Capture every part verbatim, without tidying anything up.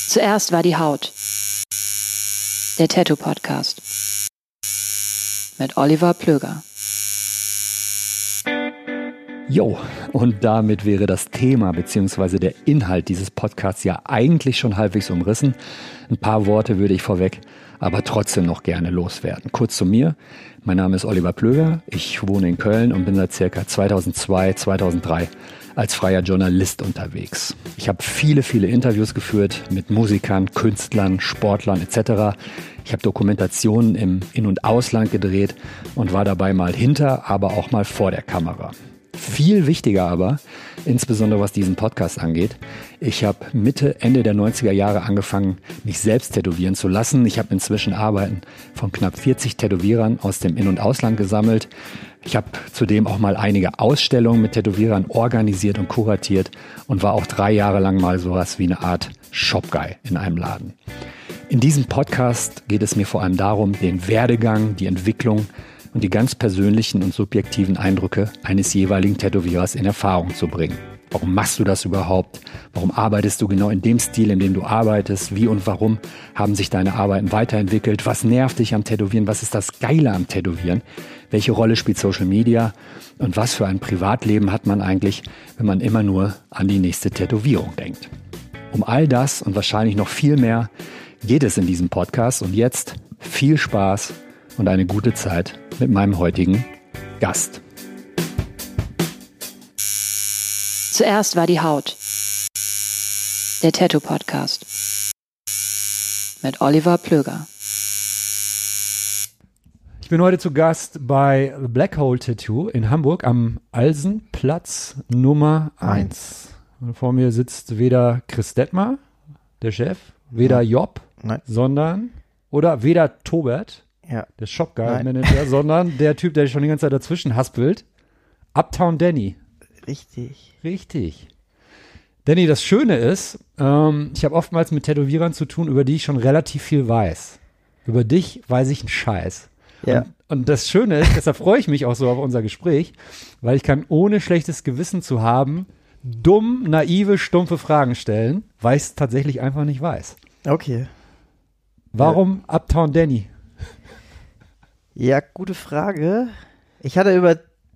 Zuerst war die Haut. Der Tattoo-Podcast. Mit Oliver Plöger. Jo, und damit wäre das Thema bzw. der Inhalt dieses Podcasts ja eigentlich schon halbwegs umrissen. Ein paar Worte würde ich vorweg, aber trotzdem noch gerne loswerden. Kurz zu mir. Mein Name ist Oliver Plöger. Ich wohne in Köln und bin seit circa zweitausendzwei, zweitausenddrei als freier Journalist unterwegs. Ich habe viele, viele Interviews geführt mit Musikern, Künstlern, Sportlern et cetera. Ich habe Dokumentationen im In- und Ausland gedreht und war dabei mal hinter, aber auch mal vor der Kamera. Viel wichtiger aber, insbesondere was diesen Podcast angeht, ich habe Mitte, Ende der neunziger Jahre angefangen, mich selbst tätowieren zu lassen. Ich habe inzwischen Arbeiten von knapp vierzig Tätowierern aus dem In- und Ausland gesammelt. Ich habe zudem auch mal einige Ausstellungen mit Tätowierern organisiert und kuratiert und war auch drei Jahre lang mal sowas wie eine Art Shop-Guy in einem Laden. In diesem Podcast geht es mir vor allem darum, den Werdegang, die Entwicklung und die ganz persönlichen und subjektiven Eindrücke eines jeweiligen Tätowierers in Erfahrung zu bringen. Warum machst du das überhaupt? Warum arbeitest du genau in dem Stil, in dem du arbeitest? Wie und warum haben sich deine Arbeiten weiterentwickelt? Was nervt dich am Tätowieren? Was ist das Geile am Tätowieren? Welche Rolle spielt Social Media? Und was für ein Privatleben hat man eigentlich, wenn man immer nur an die nächste Tätowierung denkt? Um all das und wahrscheinlich noch viel mehr geht es in diesem Podcast. Und jetzt viel Spaß und eine gute Zeit mit meinem heutigen Gast. Zuerst war die Haut. Der Tattoo-Podcast. Mit Oliver Plöger. Ich bin heute zu Gast bei Black Hole Tattoo in Hamburg am Alsenplatz Nummer eins. Vor mir sitzt weder Chris Detmar, der Chef, weder Job, Nein. sondern, oder weder Tobert, Ja. der Shop-Guy-Manager, sondern der Typ, der schon die ganze Zeit dazwischen haspelt, Uptown Danny. Richtig. Richtig. Danny, das Schöne ist, ähm, ich habe oftmals mit Tätowierern zu tun, über die ich schon relativ viel weiß. Über dich weiß ich einen Scheiß. Ja. Und, und das Schöne ist, deshalb freue ich mich auch so auf unser Gespräch, weil ich kann ohne schlechtes Gewissen zu haben, dumm, naive, stumpfe Fragen stellen, weil ich es tatsächlich einfach nicht weiß. Okay. Warum ja. Uptown Danny? Ja, gute Frage. Ich hatte über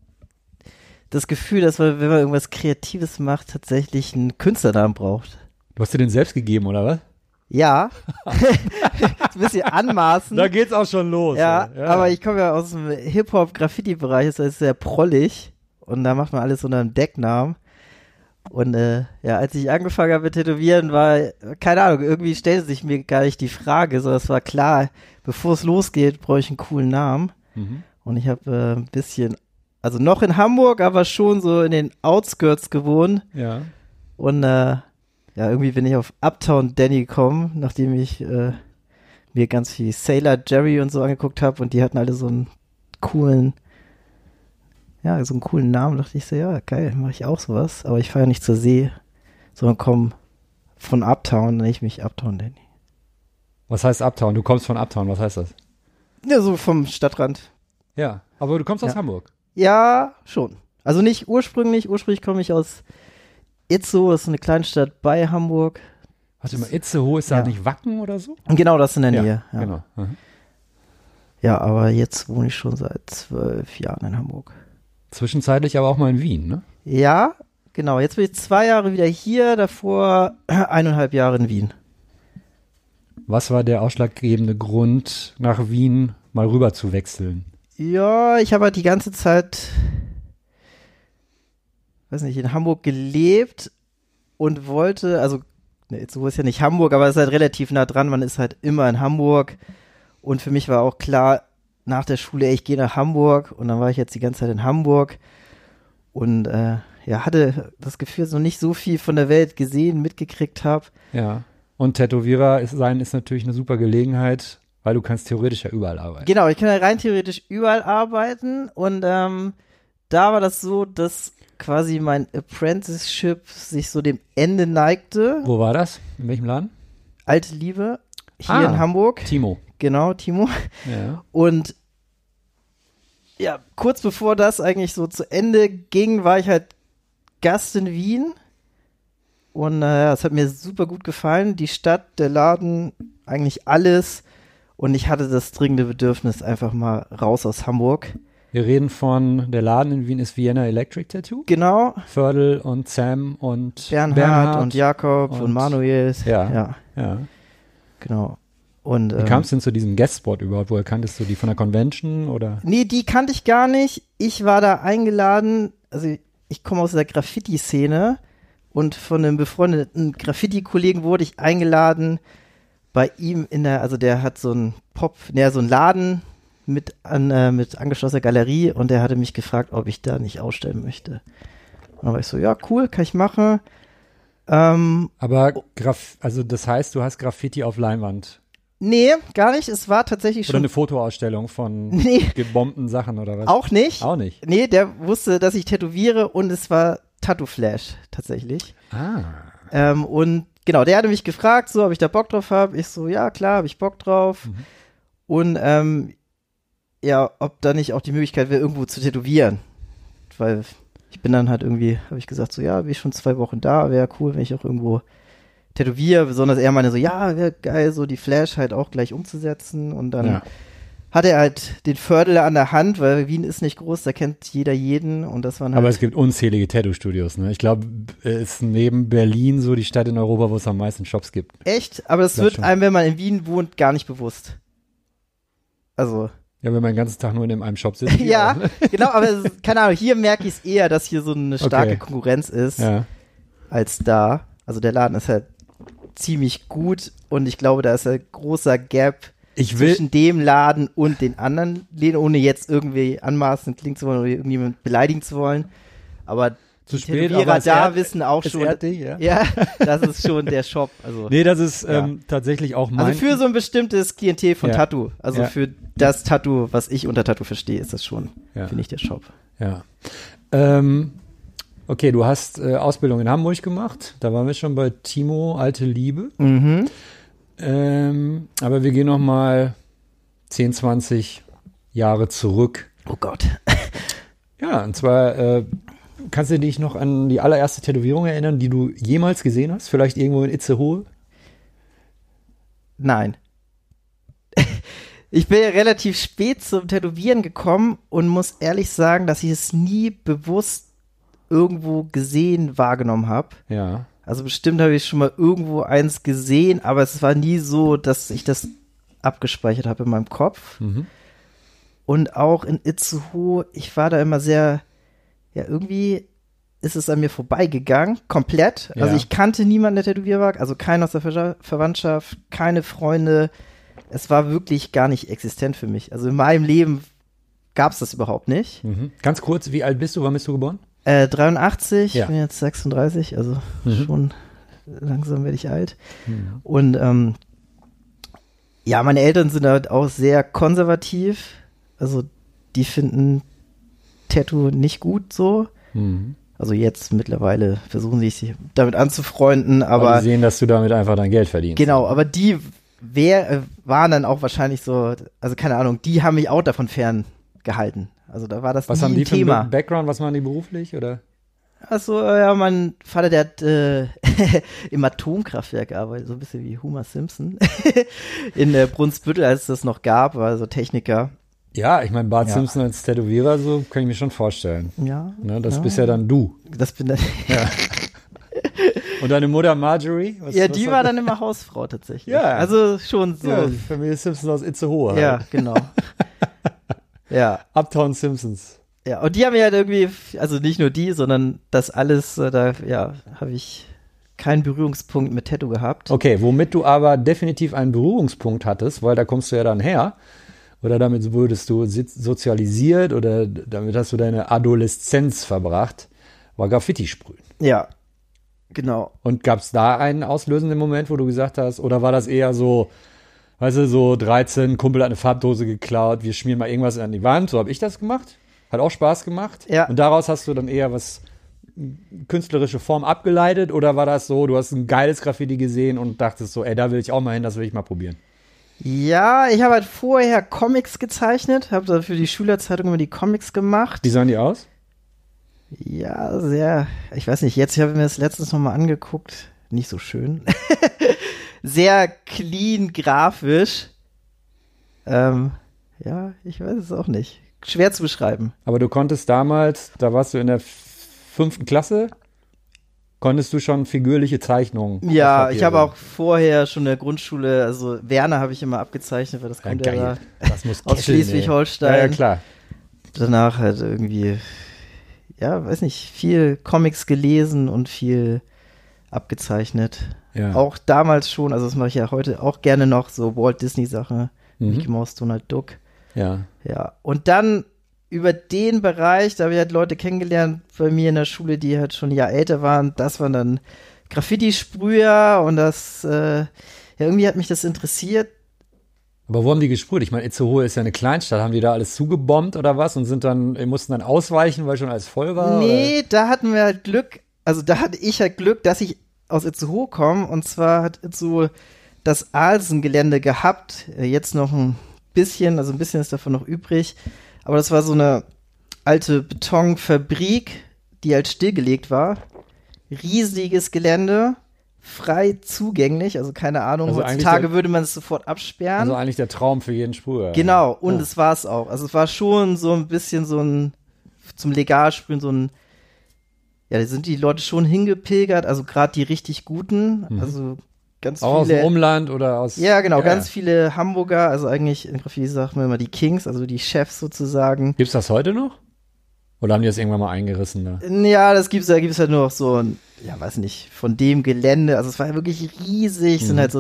das Gefühl, dass man, wenn man irgendwas Kreatives macht, tatsächlich einen Künstlernamen braucht. Du hast dir den selbst gegeben, oder was? Ja. Ein bisschen anmaßen. Da geht's auch schon los. Ja, ja. aber ich komme ja aus dem Hip-Hop-Graffiti-Bereich, das ist sehr prollig und da macht man alles unter einem Decknamen. Und äh, ja, als ich angefangen habe mit Tätowieren, war, keine Ahnung, irgendwie stellte sich mir gar nicht die Frage, so es war klar, bevor es losgeht, brauche ich einen coolen Namen. Mhm. Und ich habe äh, ein bisschen, also noch in Hamburg, aber schon so in den Outskirts gewohnt. Ja. Und äh, ja, irgendwie bin ich auf Uptown Danny gekommen, nachdem ich äh, mir ganz viel Sailor Jerry und so angeguckt habe und die hatten alle so einen coolen, ja, so einen coolen Namen. Da dachte ich so, ja, geil, mache ich auch sowas. Aber ich fahre ja nicht zur See, sondern komme von Uptown, nenne ich mich Uptown Danny. Was heißt Uptown? Du kommst von Uptown, was heißt das? Ja, so vom Stadtrand. Ja, aber du kommst aus Ja. Hamburg. Ja, schon. Also nicht ursprünglich, ursprünglich komme ich aus Itzehoe, das ist eine Kleinstadt bei Hamburg. Warte mal, Itzehoe, ist da Ja. nicht Wacken oder so? Und genau das in der Nähe. Ja, Genau. Mhm. ja, aber jetzt wohne ich schon seit zwölf Jahren in Hamburg. Zwischenzeitlich aber auch mal in Wien, ne? Ja, genau. Jetzt bin ich zwei Jahre wieder hier, davor eineinhalb Jahre in Wien. Was war der ausschlaggebende Grund, nach Wien mal rüber zu wechseln? Ja, ich habe halt die ganze Zeit, weiß nicht, in Hamburg gelebt und wollte, also, ne, jetzt so ist ja nicht Hamburg, aber es ist halt relativ nah dran, man ist halt immer in Hamburg und für mich war auch klar, nach der Schule, ey, ich gehe nach Hamburg und dann war ich jetzt die ganze Zeit in Hamburg und äh, ja, hatte das Gefühl, dass ich noch nicht so viel von der Welt gesehen, mitgekriegt habe. Ja. Und Tätowierer ist, sein ist natürlich eine super Gelegenheit, weil du kannst theoretisch ja überall arbeiten. Genau, ich kann ja rein theoretisch überall arbeiten und ähm, da war das so, dass quasi mein Apprenticeship sich so dem Ende neigte. Wo war das? In welchem Laden? Alte Liebe, hier Ah, in Hamburg. Timo. Genau, Timo. Ja. Und ja, kurz bevor das eigentlich so zu Ende ging, war ich halt Gast in Wien. Und äh, es hat mir super gut gefallen. Die Stadt, der Laden, eigentlich alles. Und ich hatte das dringende Bedürfnis, einfach mal raus aus Hamburg. Wir reden von, der Laden in Wien ist Vienna Electric Tattoo. Genau. Fördel und Sam und Bernhard, Bernhard und Jakob und, und Manuel. Ja, ja. ja. Genau. Und, Wie ähm, kam es denn zu diesem Guestspot überhaupt? Woher kanntest du die von der Convention oder? Nee, die kannte ich gar nicht. Ich war da eingeladen, also ich komme aus der Graffiti-Szene und von einem befreundeten Graffiti-Kollegen wurde ich eingeladen, bei ihm in der, also der hat so einen Pop, ne, so einen Laden mit, an, äh, mit angeschlossener Galerie und der hatte mich gefragt, ob ich da nicht ausstellen möchte. Und dann war ich so, ja, cool, kann ich machen. Ähm, Aber Graf, also das heißt, du hast Graffiti auf Leinwand. Nee, gar nicht. Es war tatsächlich Oder schon. eine Fotoausstellung von Nee. gebombten Sachen oder was? Auch nicht. Auch nicht. Nee, der wusste, dass ich tätowiere und es war Tattoo Flash tatsächlich. Ah. Ähm, und genau, der hatte mich gefragt, so, ob ich da Bock drauf habe. Ich so, ja, klar, habe ich Bock drauf. Mhm. Und ähm, ja, ob da nicht auch die Möglichkeit wäre, irgendwo zu tätowieren. Weil ich bin dann halt irgendwie, habe ich gesagt, so, ja, bin ich schon zwei Wochen da, wäre cool, wenn ich auch irgendwo tätowiere. Besonders er meinte so, ja, wäre geil, so die Flash halt auch gleich umzusetzen. Und dann Ja. hat er halt den Fördel an der Hand, weil Wien ist nicht groß, da kennt jeder jeden. Und das waren halt Aber es gibt unzählige Tattoo-Studios, ne? Ich glaube, es ist neben Berlin so die Stadt in Europa, wo es am meisten Shops gibt. echt, aber das Glaub wird schon. einem, wenn man in Wien wohnt, gar nicht bewusst. Also, Ja, wenn man den ganzen Tag nur in dem einen Shop sitzt. ja, ne? genau, aber es ist, keine Ahnung, hier merke ich es eher, dass hier so eine starke Okay. Konkurrenz ist, Ja. als da. Also der Laden ist halt ziemlich gut und ich glaube, da ist ein großer Gap Ich will, zwischen dem Laden und den anderen Läden, ohne jetzt irgendwie anmaßend klingen zu wollen oder irgendjemand beleidigen zu wollen. Aber zu die spät, Tätowierer aber es da ehrt- wissen auch es schon, ehrt dich, ja. ja, das ist schon der Shop. Also, Nee, das ist Ja. ähm, tatsächlich auch mein. also für so ein bestimmtes Klientel von Ja. Tattoo, also Ja. für das Tattoo, was ich unter Tattoo verstehe, ist das schon, Ja. finde ich, der Shop. Ja. Ähm, okay, du hast äh, Ausbildung in Hamburg gemacht. Da waren wir schon bei Timo, alte Liebe. Mhm. Ähm, aber wir gehen noch mal zehn, zwanzig Jahre zurück. Oh Gott. Ja, und zwar äh, kannst du dich noch an die allererste Tätowierung erinnern, die du jemals gesehen hast? Vielleicht irgendwo in Itzehoe? Nein. Ich bin ja relativ spät zum Tätowieren gekommen und muss ehrlich sagen, dass ich es nie bewusst irgendwo gesehen, wahrgenommen habe. Ja. Also bestimmt habe ich schon mal irgendwo eins gesehen, aber es war nie so, dass ich das abgespeichert habe in meinem Kopf. Mhm. Und auch in Itzehoe, ich war da immer sehr, ja, irgendwie ist es an mir vorbeigegangen, komplett. Also Ja. ich kannte niemanden, der tätowiert war, also keinen aus der Ver- Verwandtschaft, keine Freunde. Es war wirklich gar nicht existent für mich. Also in meinem Leben gab es das überhaupt nicht. Mhm. Ganz kurz, wie alt bist du? Wann bist du geboren? Äh, dreiundachtzig, Ja. ich bin jetzt sechsunddreißig, also Mhm. schon langsam werde ich alt. Mhm. Und ähm, ja, meine Eltern sind halt auch sehr konservativ. Also die finden Tattoo nicht gut so. Mhm. Also jetzt mittlerweile versuchen sie sich damit anzufreunden, Aber aber die sehen, dass du damit einfach dein Geld verdienst. genau, aber die wer, äh, waren dann auch wahrscheinlich so, also keine Ahnung, die haben mich auch davon ferngehalten. Also da war das Was nie haben ein die für Thema. einen Background? Was machen die beruflich? Oder? Also ja, mein Vater, der hat äh, im Atomkraftwerk gearbeitet, so ein bisschen wie Homer Simpson in äh, Brunsbüttel, als es das noch gab, war so Techniker. Ja, ich meine, Bart Ja. Simpson als Tätowierer, so kann ich mir schon vorstellen. Ja, Ne, das ja. bist ja dann du. Das bin dann, Und deine Mutter Marjorie? Was, ja, was die hat- war dann immer Hausfrau tatsächlich. Ja. Also schon so. Ja, Ja, die Familie Simpson aus Itzehoe. Halt. genau. ja, Uptown Simpsons. ja. Und die haben ja halt irgendwie, also nicht nur die, sondern das alles, äh, da, ja, habe ich keinen Berührungspunkt mit Tattoo gehabt. Okay, womit du aber definitiv einen Berührungspunkt hattest, weil da kommst du ja dann her. Oder damit wurdest du si- sozialisiert oder damit hast du deine Adoleszenz verbracht, war Graffiti-Sprühen. Ja, genau. Und gab es da einen auslösenden Moment, wo du gesagt hast, oder war das eher so, weißt du, so dreizehn, Kumpel hat eine Farbdose geklaut, wir schmieren mal irgendwas an die Wand, so habe ich das gemacht. Hat auch Spaß gemacht. Ja. Und daraus hast du dann eher was, künstlerische Form abgeleitet, oder war das so, du hast ein geiles Graffiti gesehen und dachtest so, ey, da will ich auch mal hin, das will ich mal probieren. Ja, ich habe halt vorher Comics gezeichnet, habe da für die Schülerzeitung immer die Comics gemacht. Wie sahen die aus? Ja, sehr, ich weiß nicht, jetzt habe ich mir das letztens nochmal angeguckt, nicht so schön. Sehr clean grafisch. Ähm, ja, ich weiß es auch nicht. Schwer zu beschreiben. Aber du konntest damals, da warst du in der fünften Klasse, konntest du schon figürliche Zeichnungen? Ja, ich habe auch vorher schon in der Grundschule, also Werner habe ich immer abgezeichnet, weil das ja, kommt geil. ja da das muss aus Schleswig-Holstein. Ja, ja, klar. Danach halt irgendwie, ja, weiß nicht, viel Comics gelesen und viel abgezeichnet. Ja. Auch damals schon, also das mache ich ja heute auch gerne noch, so Walt Disney-Sachen, mhm. Mickey Mouse, Donald Duck. Ja. Ja, und dann über den Bereich, da habe ich halt Leute kennengelernt bei mir in der Schule, die halt schon ein Jahr älter waren. Das waren dann Graffiti-Sprüher und das, äh, ja, irgendwie hat mich das interessiert. Aber wo haben die gesprüht? Ich meine, Itzehoe ist ja eine Kleinstadt. Haben die da alles zugebombt oder was und sind dann, mussten dann ausweichen, weil schon alles voll war? Nee, oder? Da hatten wir halt Glück, also da hatte ich halt Glück, dass ich aus Itzehoe komme und zwar hat Itzehoe das Alsen-Gelände gehabt, jetzt noch ein bisschen, also ein bisschen ist davon noch übrig, aber das war so eine alte Betonfabrik, die halt stillgelegt war. Riesiges Gelände, frei zugänglich, also keine Ahnung, also heutzutage der, würde man es sofort absperren. Also eigentlich der Traum für jeden Sprüher. Genau, und ja. es war es auch. Also es war schon so ein bisschen so ein, zum Legalsprühen so ein, ja, da sind die Leute schon hingepilgert, also gerade die richtig guten, mhm. also ganz auch viele. Aus dem Umland oder aus. Ja, genau, ja, ganz ja. viele Hamburger, also eigentlich in Graffiti sagt man immer die Kings, also die Chefs sozusagen. Gibt's das heute noch? Oder haben die das irgendwann mal eingerissen da? Ja, das gibt's, da gibt's halt nur noch so ein, ja, weiß nicht, von dem Gelände, also es war ja wirklich riesig, mhm. sind halt so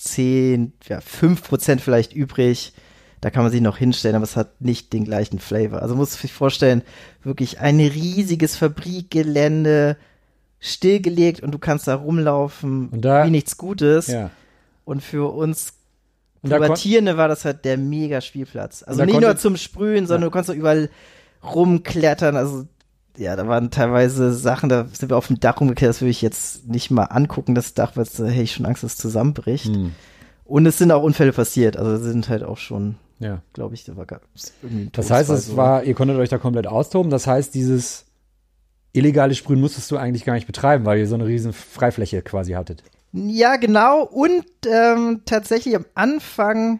zehn, ja, fünf Prozent vielleicht übrig. Da kann man sich noch hinstellen, aber es hat nicht den gleichen Flavor. Also muss sich vorstellen, wirklich ein riesiges Fabrikgelände, stillgelegt und du kannst da rumlaufen und da, wie nichts Gutes. Ja. Und für uns Pubertierende war das halt der Mega-Spielplatz. Also nicht nur zum Sprühen, sondern ja. du konntest auch überall rumklettern. Also ja, da waren teilweise Sachen, da sind wir auf dem Dach rumgeklettert, das würde ich jetzt nicht mal angucken, das Dach, weil da hätte ich schon Angst, dass es zusammenbricht. Hm. Und es sind auch Unfälle passiert, also sind halt auch schon, ja. glaube ich, da war irgendwie ein Das heißt, es so. war, ihr konntet euch da komplett austoben, das heißt, dieses illegale Sprühen musstest du eigentlich gar nicht betreiben, weil ihr so eine riesen Freifläche quasi hattet. Ja, genau, und ähm, tatsächlich am Anfang,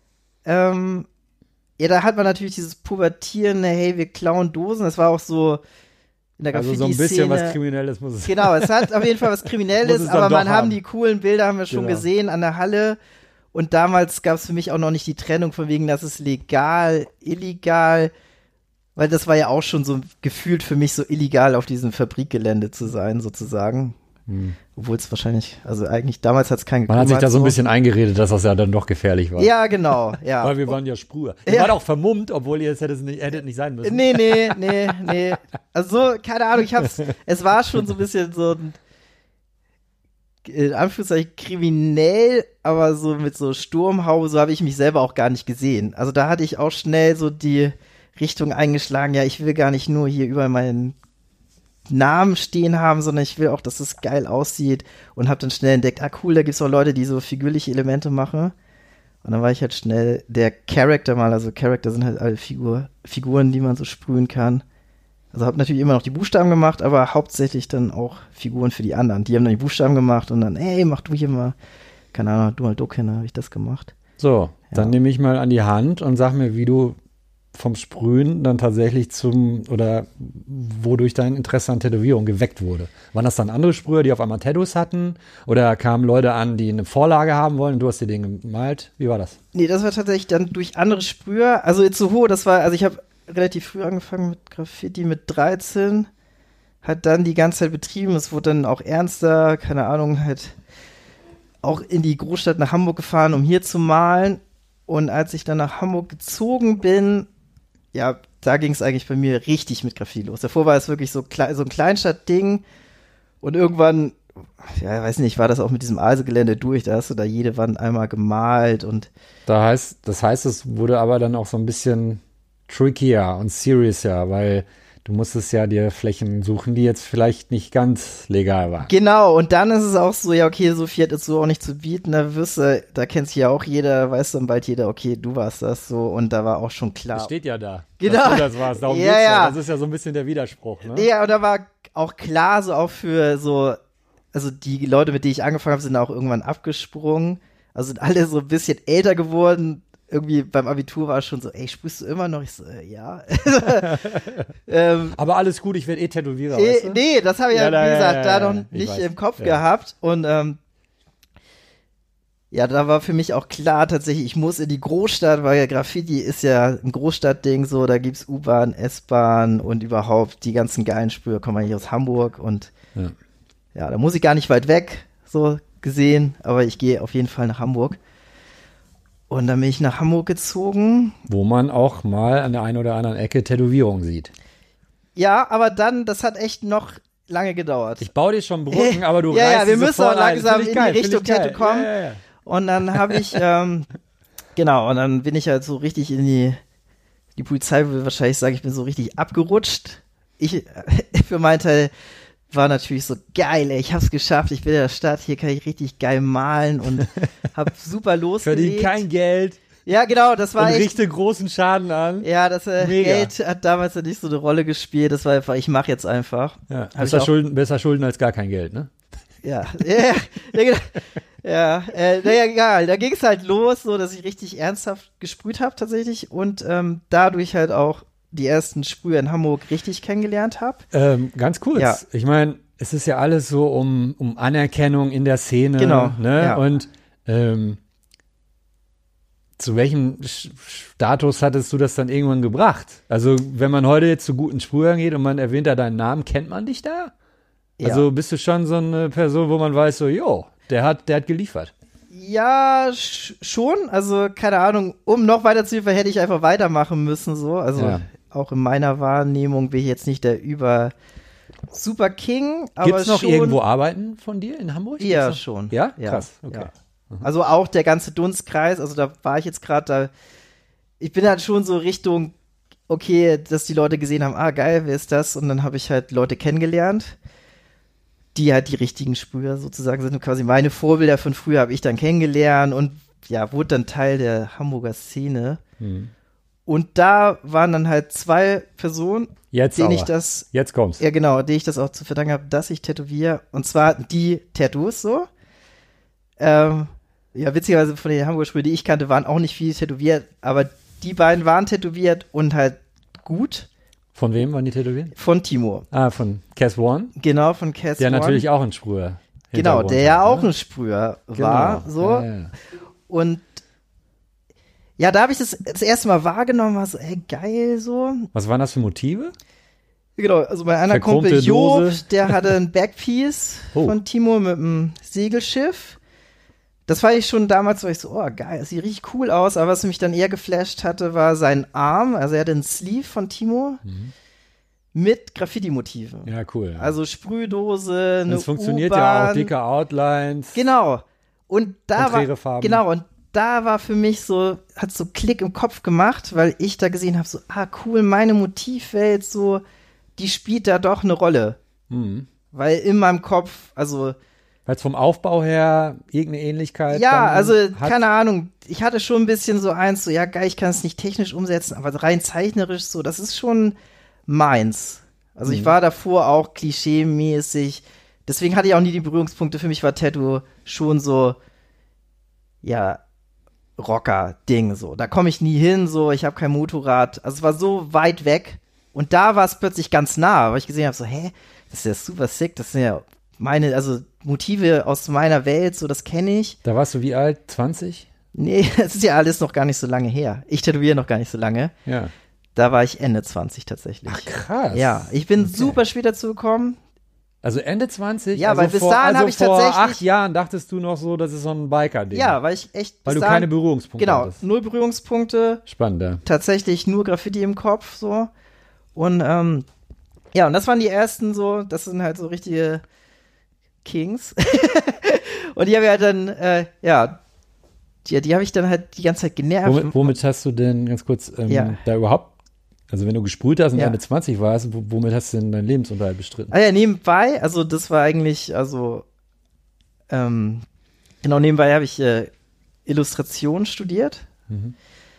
ähm, ja, da hat man natürlich dieses pubertierende, hey, wir klauen Dosen, das war auch so in der Also so ein bisschen was Kriminelles muss es sein. Genau, es hat auf jeden Fall was Kriminelles, aber man haben die coolen Bilder, haben wir schon genau. gesehen an der Halle. Und damals gab es für mich auch noch nicht die Trennung von wegen, das ist legal, illegal, weil das war ja auch schon so gefühlt für mich so illegal, auf diesem Fabrikgelände zu sein, sozusagen. Hm. Obwohl es wahrscheinlich, also eigentlich damals hat es keinen Man hat sich da so ein bisschen eingeredet, dass das ja dann doch gefährlich war. Ja, genau, ja. Weil wir waren ja Sprüher. Ihr ja. wart auch vermummt, obwohl ihr es hättet nicht, hättet nicht sein müssen. Nee, nee, nee, nee. Also, keine Ahnung, ich hab's, es war schon so ein bisschen so ein, in Anführungszeichen kriminell, aber so mit so Sturmhaube, so habe ich mich selber auch gar nicht gesehen. Also da hatte ich auch schnell so die Richtung eingeschlagen, ja, ich will gar nicht nur hier über meinen Namen stehen haben, sondern ich will auch, dass es geil aussieht und habe dann schnell entdeckt, ah cool, da gibt's auch Leute, die so figürliche Elemente machen. Und dann war ich halt schnell der Character mal, also Character sind halt alle Figur, Figuren, die man so sprühen kann. Also habe natürlich immer noch die Buchstaben gemacht, aber hauptsächlich dann auch Figuren für die anderen. Die haben dann die Buchstaben gemacht und dann, ey, mach du hier mal, keine Ahnung, Donald Duck hin, habe ich das gemacht. So, ja. Dann nehme ich mal an die Hand und sag mir, wie du vom Sprühen dann tatsächlich zum, oder wodurch dein Interesse an Tätowierung geweckt wurde. Waren das dann andere Sprüher, die auf einmal Tattoos hatten? Oder kamen Leute an, die eine Vorlage haben wollen und du hast dir den gemalt? Wie war das? Nee, das war tatsächlich dann durch andere Sprüher. Also jetzt so hoch, das war, also ich habe relativ früh angefangen mit Graffiti, mit dreizehn, hat dann die ganze Zeit betrieben, es wurde dann auch ernster, keine Ahnung, halt auch in die Großstadt nach Hamburg gefahren, um hier zu malen. Und als ich dann nach Hamburg gezogen bin, ja, da ging es eigentlich bei mir richtig mit Graffiti los. Davor war es wirklich so, klei- so ein Kleinstadtding und irgendwann, ja, weiß nicht, war das auch mit diesem Alse-Gelände durch, da hast du da jede Wand einmal gemalt und da heißt, das heißt, es wurde aber dann auch so ein bisschen trickier und seriouser, weil du musstest ja dir Flächen suchen, die jetzt vielleicht nicht ganz legal waren. Genau, und dann ist es auch so, ja, okay, so viel hat es so auch nicht zu bieten, da wirst du, da kennt sich ja auch jeder, weiß dann bald jeder, okay, du warst das so, und da war auch schon klar. Das steht ja da, genau. dass du das warst, darum ja, geht's ja. ja. Das ist ja so ein bisschen der Widerspruch, ne? Ja, und da war auch klar, so auch für so, also die Leute, mit denen ich angefangen habe, sind auch irgendwann abgesprungen, also sind alle so ein bisschen älter geworden. Irgendwie beim Abitur war es schon so, ey, sprühst du immer noch? Ich so, äh, ja. ähm, Aber alles gut, ich werde eh Tätowierer, äh, weißt du? Nee, das habe ich ja, Ja, da- wie gesagt, ja, da ja, noch ja, ich nicht weiß. im Kopf Ja. gehabt. Und ähm, ja, da war für mich auch klar tatsächlich, ich muss in die Großstadt, weil ja Graffiti ist ja ein Großstadtding, so, da gibt's U-Bahn, S-Bahn und überhaupt die ganzen geilen Sprühe kommen ja hier aus Hamburg und Ja. ja, da muss ich gar nicht weit weg, so gesehen, aber ich gehe auf jeden Fall nach Hamburg. Und dann bin ich nach Hamburg gezogen. Wo man auch mal an der einen oder anderen Ecke Tätowierung sieht. Ja, aber dann, das hat echt noch lange gedauert. Ich baue dir schon Brücken, aber du Ja, reißt ja, wir sie müssen sofort auch ein. langsam Find ich in geil, die find Richtung ich geil. Tattoo kommen. Ja, ja, ja. Und dann habe ich, ähm, genau, und dann bin ich halt so richtig in die, die Polizei würde wahrscheinlich sagen, ich bin so richtig abgerutscht. Ich, für meinen Teil, war natürlich so geil, ey, ich hab's geschafft, ich bin in der Stadt, hier kann ich richtig geil malen und hab super losgelegt. Verdient kein Geld Ja, genau, das war und echt, richte großen Schaden an. ja, das äh, Mega. Geld hat damals ja nicht so eine Rolle gespielt, das war einfach, ich mach jetzt einfach. Ja, Hab ich besser, auch- Schulden, besser Schulden als gar kein Geld, ne? Ja, ja, ja, genau. Ja, äh, naja, egal. Da ging es halt los, so dass ich richtig ernsthaft gesprüht habe tatsächlich und ähm, dadurch halt auch die ersten Sprüher in Hamburg richtig kennengelernt habe. Ähm, ganz kurz. Ja. Ich meine, es ist ja alles so um, um Anerkennung in der Szene. Genau, Ne? ja. Und ähm, zu welchem Sch- Status hattest du das dann irgendwann gebracht? Also, wenn man heute jetzt zu guten Sprühern geht und man erwähnt da deinen Namen, kennt man dich da? Ja. Also bist du schon so eine Person, wo man weiß, so, jo, der hat, der hat geliefert. Ja, sch schon. Also, keine Ahnung, um noch weiter zu liefern, hätte ich einfach weitermachen müssen, so. Also, Ja. auch in meiner Wahrnehmung bin ich jetzt nicht der über Super King, aber Gibt es noch schon, irgendwo Arbeiten von dir in Hamburg? Ja, Gibt's noch? schon. Ja? Ja, Krass, okay. ja. Also auch der ganze Dunstkreis, also da war ich jetzt gerade da, ich bin halt schon so Richtung, okay, dass die Leute gesehen haben, ah geil, wer ist das? Und dann habe ich halt Leute kennengelernt, die halt die richtigen Sprüher sozusagen sind. Und quasi meine Vorbilder von früher habe ich dann kennengelernt und ja, wurde dann Teil der Hamburger Szene. Mhm. Und da waren dann halt zwei Personen, Jetzt denen aber. ich das, Jetzt kommt's. ja genau, denen ich das auch zu verdanken habe, dass ich tätowiere. Und zwar die Tattoos so. Ähm, ja, witzigerweise von den Hamburger Sprühen, die ich kannte, waren auch nicht viel tätowiert, aber die beiden waren tätowiert und halt gut Von wem waren die tätowiert? von Timo. Ah, von Cass One, Genau, von Cass der One. natürlich auch ein Sprüher. Genau, der ja auch ein Sprüher war. Genau. So. Ja, ja. Und ja, da habe ich das das erste Mal wahrgenommen, war so, ey, geil, so. Was waren das für Motive? Genau, also mein einer Verchromte Kumpel Job, Dose. der hatte ein Backpiece Oh. von Timo mit einem Segelschiff. Das war ich schon damals, war ich so, oh geil, das sieht richtig cool aus, aber was mich dann eher geflasht hatte, war sein Arm, also er hatte einen Sleeve von Timo Mhm. mit Graffiti-Motiven. Ja, cool. Also Sprühdose, eine es funktioniert U-Bahn. ja auch, dicke Outlines. Genau. Und da Konträre war, Farben. genau, und da war für mich so, hat so Klick im Kopf gemacht, weil ich da gesehen habe, so, ah cool, meine Motivwelt, so, die spielt da doch eine Rolle. Mhm. Weil in meinem Kopf, also, Weil es vom Aufbau her irgendeine Ähnlichkeit ja, dann also, hat. keine Ahnung, ich hatte schon ein bisschen so eins, so, ja, geil, ich kann es nicht technisch umsetzen, aber rein zeichnerisch so, das ist schon meins. Also, ich Mhm. war davor auch klischee-mäßig, deswegen hatte ich auch nie die Berührungspunkte. Für mich war Tattoo schon so, ja, Rocker-Ding, so. Da komme ich nie hin, so, ich habe kein Motorrad. Also, es war so weit weg. Und da war es plötzlich ganz nah, weil ich gesehen habe, so, hä, das ist ja super sick, das sind ja meine, also Motive aus meiner Welt, so, das kenne ich. Da warst du wie alt? zwanzig? Nee, das ist ja alles noch gar nicht so lange her. Ich tätowiere noch gar nicht so lange. Ja. Da war ich Ende zwanzig tatsächlich. Ach, krass. Ja, ich bin Okay. super spät dazu gekommen. Also Ende zwanzig? Ja, also weil bis vor, dahin also hab ich vor tatsächlich- acht Jahren dachtest du noch so, das ist so ein Biker-Ding. Ja, weil ich echt. Weil bis du dahin- keine Berührungspunkte Genau, hattest. null Berührungspunkte, Spannend, ja. tatsächlich nur Graffiti im Kopf, so. Und, ähm, ja, und das waren die ersten so, das sind halt so richtige Kings. Und die habe ich halt dann, äh, ja, die, die habe ich dann halt die ganze Zeit genervt. Womit, womit hast du denn, ganz kurz, ähm, Ja. da überhaupt Also wenn du gesprüht hast und Ja. Ende zwanzig warst, w- womit hast du denn deinen Lebensunterhalt bestritten? Ah ja, nebenbei, also das war eigentlich, also ähm, genau, nebenbei habe ich äh, Illustration studiert. Mhm.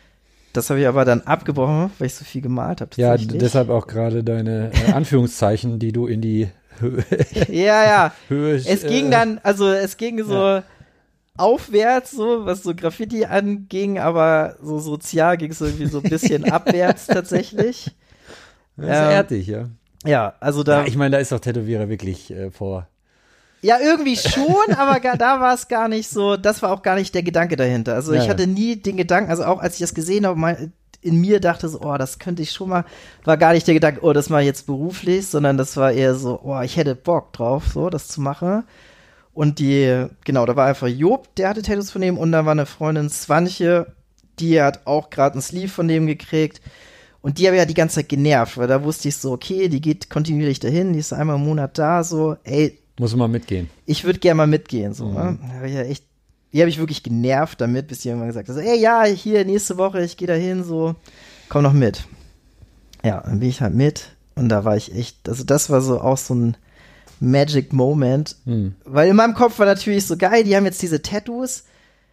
Das habe ich aber dann abgebrochen, weil ich so viel gemalt habe. Ja, d- tatsächlich. deshalb auch gerade deine äh, Anführungszeichen, die du in die Höhe, Ja, ja. Höhe Es ging äh, dann, also es ging so ja. aufwärts, so was so Graffiti anging, aber so sozial ging es irgendwie so ein bisschen abwärts tatsächlich. Das Ähm, ehrt dich, ja. Ja, also da. Ja, ich meine, da ist doch Tätowierer wirklich äh, vor. Ja, irgendwie schon, aber gar, da war es gar nicht so, das war auch gar nicht der Gedanke dahinter. Also Ja, ich ja. hatte nie den Gedanken, also auch als ich das gesehen habe, mein, in mir dachte so, oh, das könnte ich schon mal, war gar nicht der Gedanke, oh, das mache ich jetzt beruflich, sondern das war eher so, oh, ich hätte Bock drauf, so, das zu machen. Und die, genau, da war einfach Job, der hatte Tattoos von dem, und da war eine Freundin, Swantje, die hat auch gerade ein Sleeve von dem gekriegt. Und die habe ich ja die ganze Zeit genervt, weil da wusste ich so, okay, die geht kontinuierlich dahin, die ist einmal im Monat da, so, ey, Muss mal mitgehen. ich würde gerne mal mitgehen, so, Mhm. ne? Da hab ich ja echt, die habe ich wirklich genervt damit, bis die irgendwann gesagt hat, so, ey, ja, hier, nächste Woche, ich gehe da hin, so, komm noch mit. Ja, dann bin ich halt mit, und da war ich echt, also das war so auch so ein Magic Moment, Hm. weil in meinem Kopf war natürlich so, geil, die haben jetzt diese Tattoos,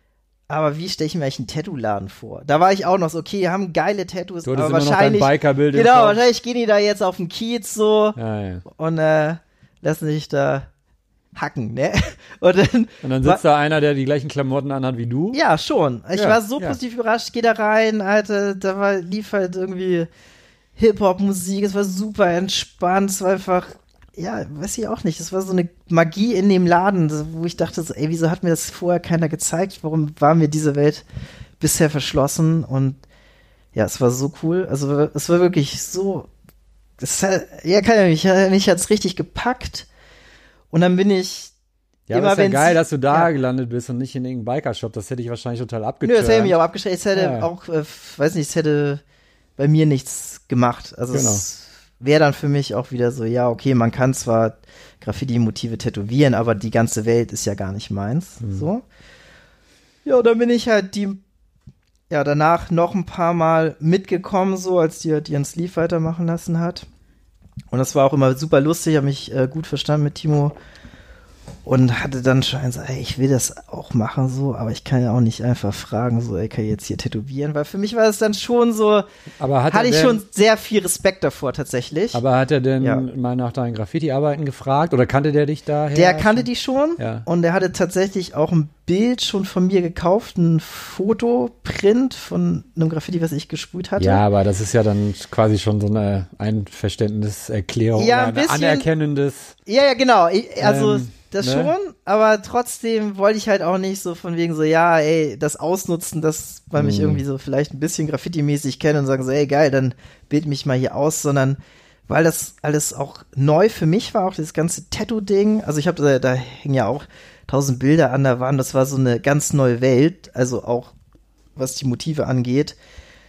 aber wie stelle ich mir eigentlich einen Tattoo-Laden vor? Da war ich auch noch so, okay, die haben geile Tattoos, Du hattest aber immer noch dein wahrscheinlich, Bikerbild im genau, Kopf. wahrscheinlich gehen die da jetzt auf den Kiez so, Ja, ja. und äh, lassen sich da hacken, ne? Und dann, Und dann sitzt da einer, der die gleichen Klamotten anhat wie du. ja, schon. Ich Ja, war so ja. positiv überrascht, geh da rein, Alter, da war, lief halt irgendwie Hip-Hop-Musik, es war super entspannt, es war einfach, ja, weiß ich auch nicht, es war so eine Magie in dem Laden, so, wo ich dachte so, ey, wieso hat mir das vorher keiner gezeigt? Warum war mir diese Welt bisher verschlossen? Und ja, es war so cool, also es war wirklich so, es hat, ja, kann ja, mich, mich hat's richtig gepackt. Und dann bin ich Ja, immer, aber ist ja wenn's- geil, dass du da ja. gelandet bist und nicht in irgendeinem Biker-Shop. Das hätte ich wahrscheinlich total Nö, abgeturnt. das hätte mich auch abgestellt. Es hätte Ja. auch, äh, weiß nicht, es hätte bei mir nichts gemacht. Also Genau. es wäre dann für mich auch wieder so, ja, okay, man kann zwar Graffiti-Motive tätowieren, aber die ganze Welt ist ja gar nicht meins. Mhm. So. Ja, und dann bin ich halt die, ja, danach noch ein paar Mal mitgekommen, so, als die halt ihren Sleeve weitermachen lassen hat. Und das war auch immer super lustig, habe mich äh, gut verstanden mit Timo. Und hatte dann schon so, ey, ich will das auch machen, so, aber ich kann ja auch nicht einfach fragen, so, ey, kann ich jetzt hier tätowieren? Weil für mich war es dann schon so, Aber hat hatte er ich denn, schon sehr viel Respekt davor, tatsächlich. Aber hat er denn Ja. mal nach deinen Graffiti-Arbeiten gefragt? Oder kannte der dich daher? Der kannte die schon, Ja. und der hatte tatsächlich auch ein Bild schon von mir gekauft, ein Fotoprint von einem Graffiti, was ich gesprüht hatte. Ja, aber das ist ja dann quasi schon so eine Einverständniserklärung Ja, oder ein ein bisschen. anerkennendes. Ja, ja, genau. Ich, also Ähm, das ne? schon, aber trotzdem wollte ich halt auch nicht so von wegen so, ja, ey, das ausnutzen, dass man mich Mhm. irgendwie so vielleicht ein bisschen Graffiti-mäßig kennt und sagen so, ey, geil, dann bild mich mal hier aus, sondern weil das alles auch neu für mich war, auch dieses ganze Tattoo-Ding. Also ich habe da, da hängen ja auch tausend Bilder an der Wand, das war so eine ganz neue Welt, also auch was die Motive angeht.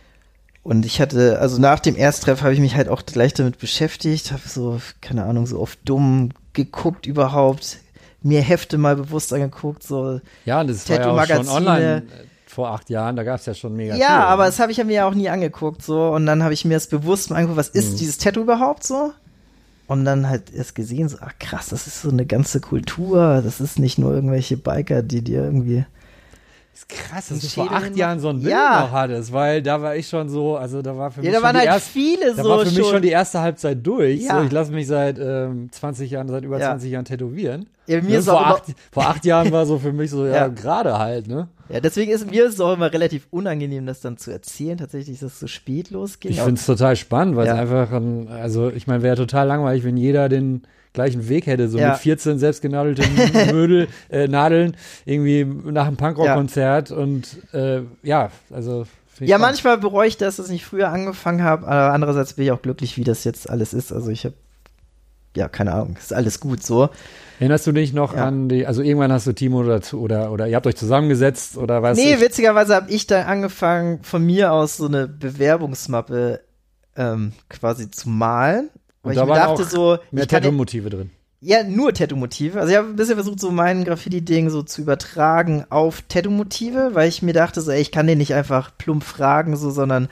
Und ich hatte, also nach dem Ersttreff habe ich mich halt auch gleich damit beschäftigt, habe so, keine Ahnung, so oft dumm geguckt überhaupt, mir Hefte mal bewusst angeguckt, so. Ja, und das war ja auch schon Tattoo-Magazine. online äh, vor acht Jahren. Da gab es ja schon mega Ja, viel. aber ne? das habe ich ja mir ja auch nie angeguckt, so. Und dann habe ich mir das bewusst mal angeguckt, was ist Mhm. dieses Tattoo überhaupt so? Und dann halt erst gesehen, so, ach krass, das ist so eine ganze Kultur, das ist nicht nur irgendwelche Biker, die dir irgendwie. Das ist krass, dass einen du vor Schädel acht hinmachen. Jahren so ein Bild Ja. noch hattest, weil da war ich schon so, also da war für mich Ja, da schon waren die halt erste, viele da so war für mich schon. schon die erste Halbzeit durch. Ja. So, ich lasse mich seit ähm, zwanzig Jahren, seit über Ja. zwanzig Jahren tätowieren. Ja, mir Ne, ist vor, auch immer- acht, vor acht Jahren war so für mich so, ja, Ja. gerade halt, ne? Ja, deswegen ist mir ist es auch immer relativ unangenehm, das dann zu erzählen, tatsächlich, dass es so spät losging. Ich finde es total spannend, weil es Ja. einfach, ein, also ich meine, wäre total langweilig, wenn jeder den gleichen Weg hätte, so Ja. mit vierzehn selbstgenadelten Mödel, äh, Nadeln, irgendwie nach einem Punkrock-Konzert und äh, ja, also find ich Ja, spannend. manchmal bereue ich das, dass ich nicht früher angefangen habe, aber andererseits bin ich auch glücklich, wie das jetzt alles ist. Also ich habe, ja, keine Ahnung, ist alles gut so. Erinnerst du dich noch Ja. an die, also irgendwann hast du Timo dazu oder, oder ihr habt euch zusammengesetzt oder was? Nee, ich, witzigerweise habe ich dann angefangen, von mir aus so eine Bewerbungsmappe ähm, quasi zu malen. Weil Und ich da mir waren dachte auch so, mehr ich kann ja, Tattoo-Motive drin. ja nur Tattoo-Motive. Also ich habe ein bisschen versucht, so mein Graffiti-Ding so zu übertragen auf Tattoo-Motive, weil ich mir dachte so, ey, ich kann den nicht einfach plump fragen, so, sondern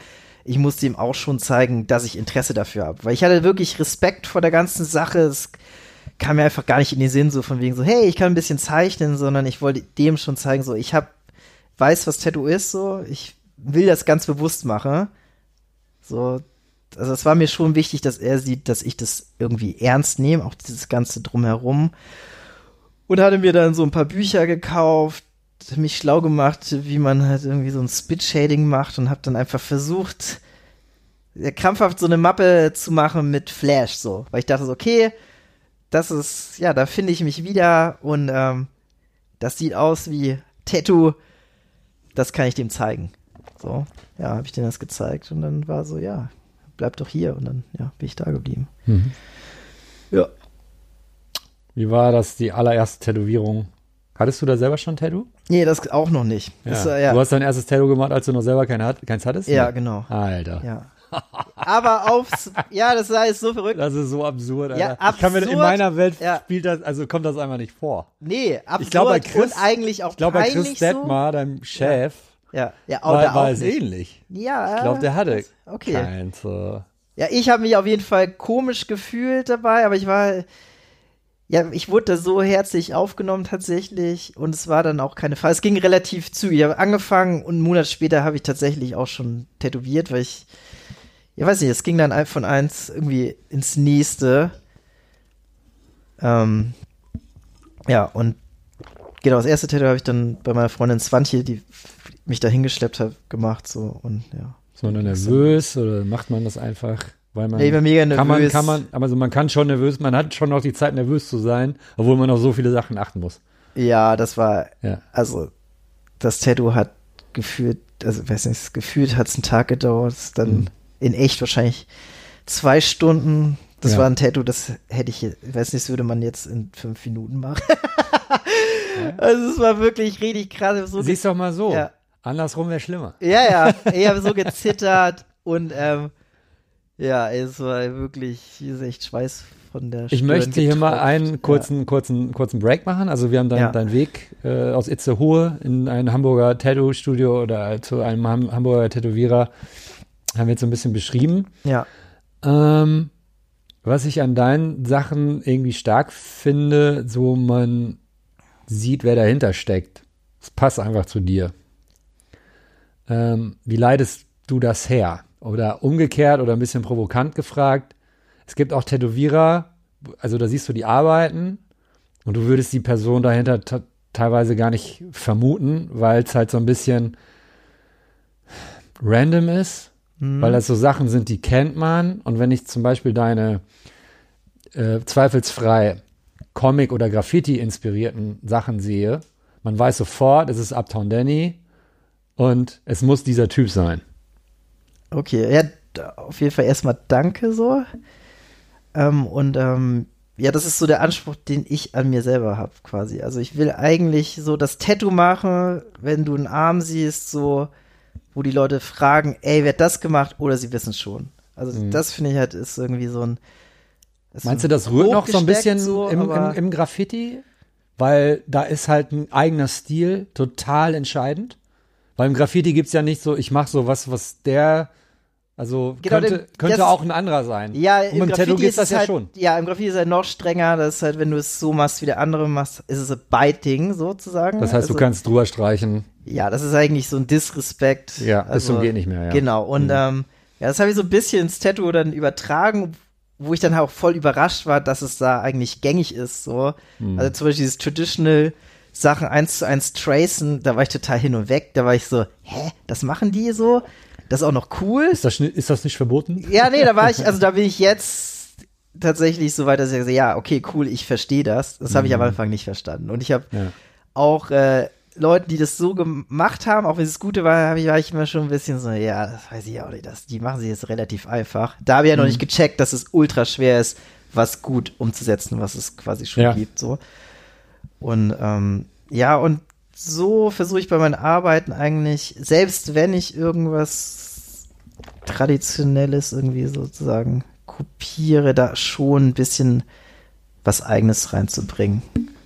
ich musste ihm auch schon zeigen, dass ich Interesse dafür habe. Weil ich hatte wirklich Respekt vor der ganzen Sache. Es kam mir einfach gar nicht in den Sinn, so von wegen so, hey, ich kann ein bisschen zeichnen, sondern ich wollte dem schon zeigen, so, ich hab, weiß, was Tattoo ist, so, ich will das ganz bewusst machen. So, also es war mir schon wichtig, dass er sieht, dass ich das irgendwie ernst nehme, auch dieses Ganze drumherum. Und hatte mir dann so ein paar Bücher gekauft, mich schlau gemacht, wie man halt irgendwie so ein Spit-Shading macht und hab dann einfach versucht, ja, krampfhaft so eine Mappe zu machen mit Flash, so. Weil ich dachte so, okay, das ist, ja, da finde ich mich wieder und ähm, das sieht aus wie Tattoo, das kann ich dem zeigen. So, ja, habe ich denen das gezeigt und dann war so, ja, bleib doch hier und dann, ja, bin ich da geblieben. Mhm. Ja. Wie war das, die allererste Tätowierung? Hattest du da selber schon ein Tattoo? Nee, das auch noch nicht. Ja. Das, äh, ja. Du hast dein erstes Tattoo gemacht, als du noch selber kein, keins hattest? Ja, Nee. genau. Alter. Ja. Aber aufs, ja, das war jetzt so verrückt. Das ist so absurd, Alter. Ja, Ich kann mir, in absurd. meiner Welt Ja. spielt das, also kommt das einfach nicht vor. Nee, absurd Ich glaube, bei Chris- und eigentlich auch Ich glaube, bei peinlich Chris Detmar, deinem Chef, so. Ja, ja, auch, war, da war auch es nicht. ähnlich. Ja, Ich glaube, der hatte okay. keins. äh, Ja, ich habe mich auf jeden Fall komisch gefühlt dabei, aber ich war, ja, ich wurde da so herzlich aufgenommen tatsächlich und es war dann auch keine Frage. Es ging relativ zügig. Ich habe angefangen und einen Monat später habe ich tatsächlich auch schon tätowiert, weil ich, ja, weiß nicht, es ging dann von eins irgendwie ins nächste. Ähm, ja, und genau, das erste Tattoo habe ich dann bei meiner Freundin Swantje, die mich da hingeschleppt hat, gemacht, so, und ja. Ist man dann nervös oder macht man das einfach, weil man, Ja, ich war mega nervös. kann man, kann man, aber also man kann schon nervös, man hat schon noch die Zeit, nervös zu sein, obwohl man auf so viele Sachen achten muss. Ja, das war, Ja. also, das Tattoo hat gefühlt, also, weiß nicht, gefühlt hat es einen Tag gedauert, es ist dann Mhm. in echt wahrscheinlich zwei Stunden. Das Ja. war ein Tattoo, das hätte ich, ich weiß nicht, das würde man jetzt in fünf Minuten machen. Also, es war wirklich richtig krass. So Siehst doch mal so, Ja. andersrum wäre schlimmer. Ja, ja, ich habe so gezittert und ähm, ja, es war wirklich, hier ist echt Schweiß von der Ich Stirn möchte hier mal getropft. einen kurzen, kurzen, kurzen Break machen. Also wir haben deinen Ja. deinen Weg äh, aus Itzehoe in ein Hamburger Tattoo-Studio oder zu einem Ham Hamburger Tätowierer haben wir jetzt so ein bisschen beschrieben. Ja, Ähm, was ich an deinen Sachen irgendwie stark finde, so man sieht, wer dahinter steckt. Es passt einfach zu dir. Ähm, wie leitest du das her? Oder umgekehrt oder ein bisschen provokant gefragt. Es gibt auch Tätowierer, also da siehst du die Arbeiten und du würdest die Person dahinter t- teilweise gar nicht vermuten, weil es halt so ein bisschen random ist, Mhm. weil das so Sachen sind, die kennt man. Und wenn ich zum Beispiel deine äh, zweifelsfrei Comic- oder Graffiti-inspirierten Sachen sehe, man weiß sofort, es ist Uptown Danny und es muss dieser Typ sein. okay. Ja, da- auf jeden Fall erstmal danke so. Ähm, und ähm, ja, das ist so der Anspruch, den ich an mir selber habe quasi. Also ich will eigentlich so das Tattoo machen, wenn du einen Arm siehst, so, wo die Leute fragen, ey, wer hat das gemacht? Oder sie wissen es schon. Also Mhm. das finde ich halt ist irgendwie so ein ist Meinst so du, das rührt noch so ein hochgesteckt bisschen so, im, im, aber- im Graffiti? Weil da ist halt ein eigener Stil total entscheidend. Weil im Graffiti gibt es ja nicht so, ich mache so was, was der, also Genau, könnte, denn könnte das- auch ein anderer sein. Ja, Und im beim Graffiti Tattoo gibt ist das es ja halt, schon. ja, im Graffiti ist es halt noch strenger, das ist halt, wenn du es so machst, wie der andere machst, ist es ein Biting sozusagen. Das heißt, also, du kannst drüber streichen. Ja, das ist eigentlich so ein Disrespect. Ja, bis also, zum geht nicht mehr, ja. Genau, und Mhm. ähm, ja, das habe ich so ein bisschen ins Tattoo dann übertragen, wo ich dann auch voll überrascht war, dass es da eigentlich gängig ist, so. Mhm. Also zum Beispiel dieses Traditional Sachen eins zu eins tracen, da war ich total hin und weg, da war ich so, hä, das machen die so? Das ist auch noch cool? Ist das, schni- ist das nicht verboten? Ja, nee, da war ich, also da bin ich jetzt tatsächlich so weit, dass ich sage, ja, okay, cool, ich verstehe das. Das habe ich am Anfang nicht verstanden. Und ich habe Ja. auch äh, Leuten, die das so gemacht haben, auch wenn es das Gute war, hab ich, war ich immer schon ein bisschen so, ja, das weiß ich auch nicht, das, die machen sie jetzt relativ einfach. Da habe ich ja noch Mhm. nicht gecheckt, dass es ultra schwer ist, was gut umzusetzen, was es quasi schon Ja. gibt, so. Und ähm, ja, und so versuche ich bei meinen Arbeiten eigentlich, selbst wenn ich irgendwas Traditionelles irgendwie sozusagen kopiere, da schon ein bisschen was Eigenes reinzubringen.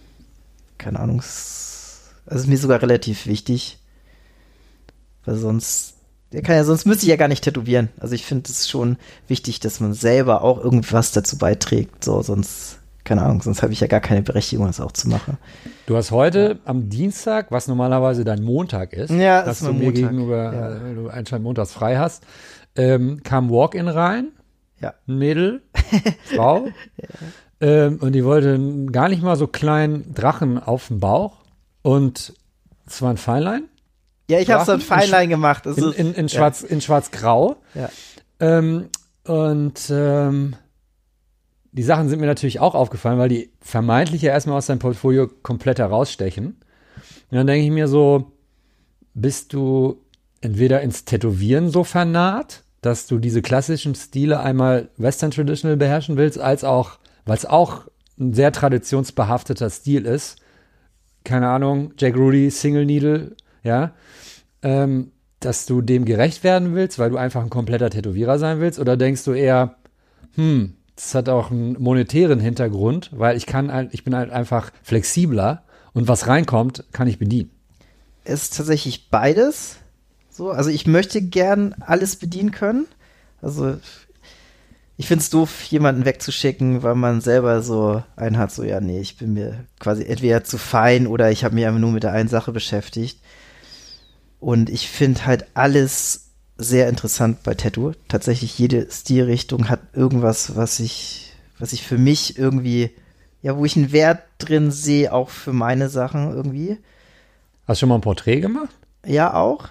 Keine Ahnung, es- also ist mir sogar relativ wichtig, weil sonst der kann ja, sonst müsste ich ja gar nicht tätowieren. Also ich finde es schon wichtig, dass man selber auch irgendwas dazu beiträgt. So, sonst, keine Ahnung, sonst habe ich ja gar keine Berechtigung, das auch zu machen. Du hast heute ja. am Dienstag, was normalerweise dein Montag ist, ja, dass ist du mir Montag. gegenüber, ja. äh, du anscheinend montags frei hast, ähm, kam Walk-in rein, ja. ein Mädel, Frau, ja. ähm, und die wollte gar nicht mal so kleinen Drachen auf dem Bauch und es war ein Feinlein. Ja, ich habe so ein Feinlein gemacht. Das in, ist, in, in, Schwarz, ja. in Schwarz-Grau. Ja. Ähm, und ähm, die Sachen sind mir natürlich auch aufgefallen, weil die vermeintlich ja erstmal aus deinem Portfolio komplett herausstechen. Und dann denke ich mir so, bist du entweder ins Tätowieren so vernarrt, dass du diese klassischen Stile einmal Western Traditional beherrschen willst, als auch, weil es auch ein sehr traditionsbehafteter Stil ist. Keine Ahnung, Jack Rudy, Single Needle, ja, ähm, dass du dem gerecht werden willst, weil du einfach ein kompletter Tätowierer sein willst, oder denkst du eher, hm, das hat auch einen monetären Hintergrund, weil ich kann halt, ich bin halt einfach flexibler und was reinkommt, kann ich bedienen. Es ist tatsächlich beides. So, also ich möchte gern alles bedienen können. Also ich finde es doof, jemanden wegzuschicken, weil man selber so einen hat, so ja, nee, ich bin mir quasi entweder zu fein oder ich habe mich einfach nur mit der einen Sache beschäftigt. Und ich finde halt alles sehr interessant bei Tattoo. Tatsächlich jede Stilrichtung hat irgendwas, was ich, was ich für mich irgendwie, ja, wo ich einen Wert drin sehe, auch für meine Sachen irgendwie. Hast du schon mal ein Porträt gemacht? Ja, auch.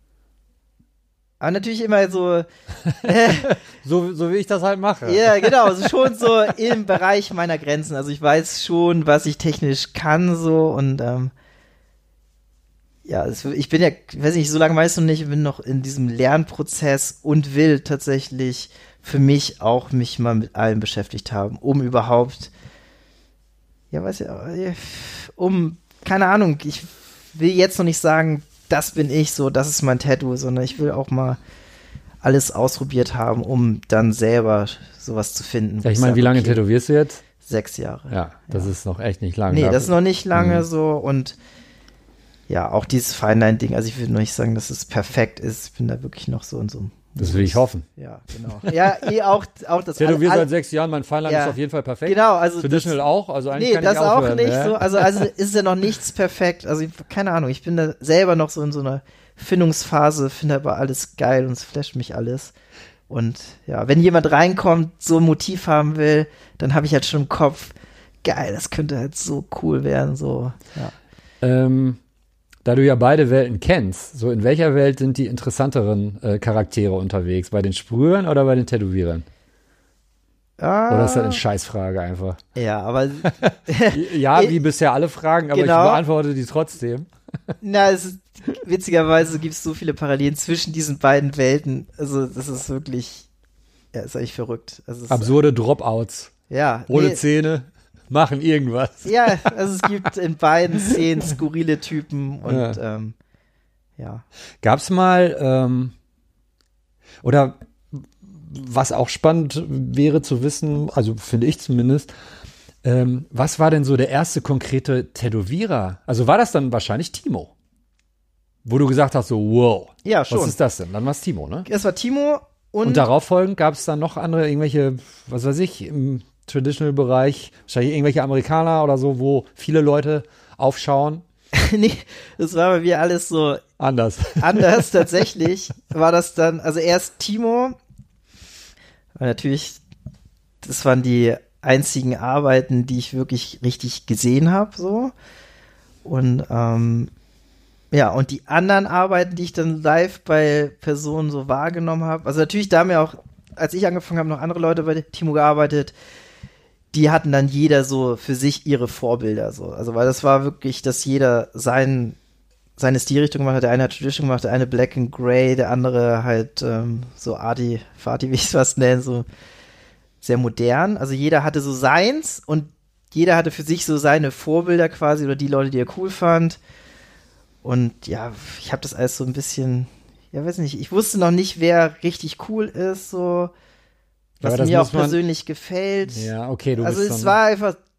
Aber natürlich immer so, äh, so, so wie ich das halt mache. Ja, genau, also schon so im Bereich meiner Grenzen. Also ich weiß schon, was ich technisch kann, so, und ähm, ja, es, ich bin ja, weiß nicht, so lange weißt du nicht, ich bin noch in diesem Lernprozess und will tatsächlich für mich auch mich mal mit allem beschäftigt haben, um überhaupt, ja, weiß ja, um, keine Ahnung, ich will jetzt noch nicht sagen, das bin ich, so, das ist mein Tattoo, sondern ich will auch mal alles ausprobiert haben, um dann selber sowas zu finden. Ja, ich meine, wie lange okay, tätowierst du jetzt? Sechs Jahre. Ja, das ja. ist noch echt nicht lange. Nee, das ist noch nicht lange mhm. so, und ja, auch dieses Feinlein-Ding, also ich will noch nicht sagen, dass es perfekt ist, ich bin da wirklich noch so in so einem Das will ich hoffen. Ja, genau. Ja, eh auch, auch das. Tätowier seit sechs Jahren, mein Feinlein ja, ist auf jeden Fall perfekt. Genau, also. Traditional das, auch, also eigentlich nee, kann das ich auch auch nicht ja. so. Also, also ist ja noch nichts perfekt. Also, keine Ahnung, ich bin da selber noch so in so einer Findungsphase, finde aber alles geil und es flasht mich alles. Und ja, wenn jemand reinkommt, so ein Motiv haben will, dann habe ich halt schon im Kopf, geil, das könnte halt so cool werden, so, ja. Ähm. Da du ja beide Welten kennst, so in welcher Welt sind die interessanteren äh, Charaktere unterwegs? Bei den Sprühern oder bei den Tätowierern? Ah. Oder ist das eine Scheißfrage einfach? Ja, aber ja, wie bisher alle Fragen, aber genau. Ich beantworte die trotzdem. Na, es ist, witzigerweise gibt es so viele Parallelen zwischen diesen beiden Welten. Also das ist wirklich, ja, ist eigentlich verrückt. Also es absurde Dropouts. Ja. Ohne nee. Zähne. Machen irgendwas. Ja, also es gibt in beiden Szenen skurrile Typen und ja. Ähm, ja. Gab's mal, ähm, oder was auch spannend wäre zu wissen, also finde ich zumindest, ähm, was war denn so der erste konkrete Tätowierer? Also war das dann wahrscheinlich Timo? Wo du gesagt hast, so wow. Ja, schon. Was ist das denn? Dann war es Timo, ne? Es war Timo und. Und darauf folgend gab es dann noch andere, irgendwelche, was weiß ich, im Traditional-Bereich, wahrscheinlich irgendwelche Amerikaner oder so, wo viele Leute aufschauen. Nee, das war bei mir alles so anders. Anders tatsächlich war das dann, also erst Timo, weil natürlich, das waren die einzigen Arbeiten, die ich wirklich richtig gesehen habe, so. Und ähm, ja, und die anderen Arbeiten, die ich dann live bei Personen so wahrgenommen habe, also natürlich, da haben ja auch, als ich angefangen habe, noch andere Leute bei Timo gearbeitet, die hatten dann jeder so für sich ihre Vorbilder, so. Also, weil das war wirklich, dass jeder sein, seine Stilrichtung gemacht hat. Der eine hat Tradition gemacht, der eine Black and Grey, der andere halt ähm, so Arti, Fati, wie ich es was nenne, so sehr modern. Also jeder hatte so seins und jeder hatte für sich so seine Vorbilder quasi oder die Leute, die er cool fand. Und ja, ich habe das alles so ein bisschen, ja, weiß nicht, ich wusste noch nicht, wer richtig cool ist, so. Was mir auch persönlich gefällt. Ja, okay, du Also bist es war einfach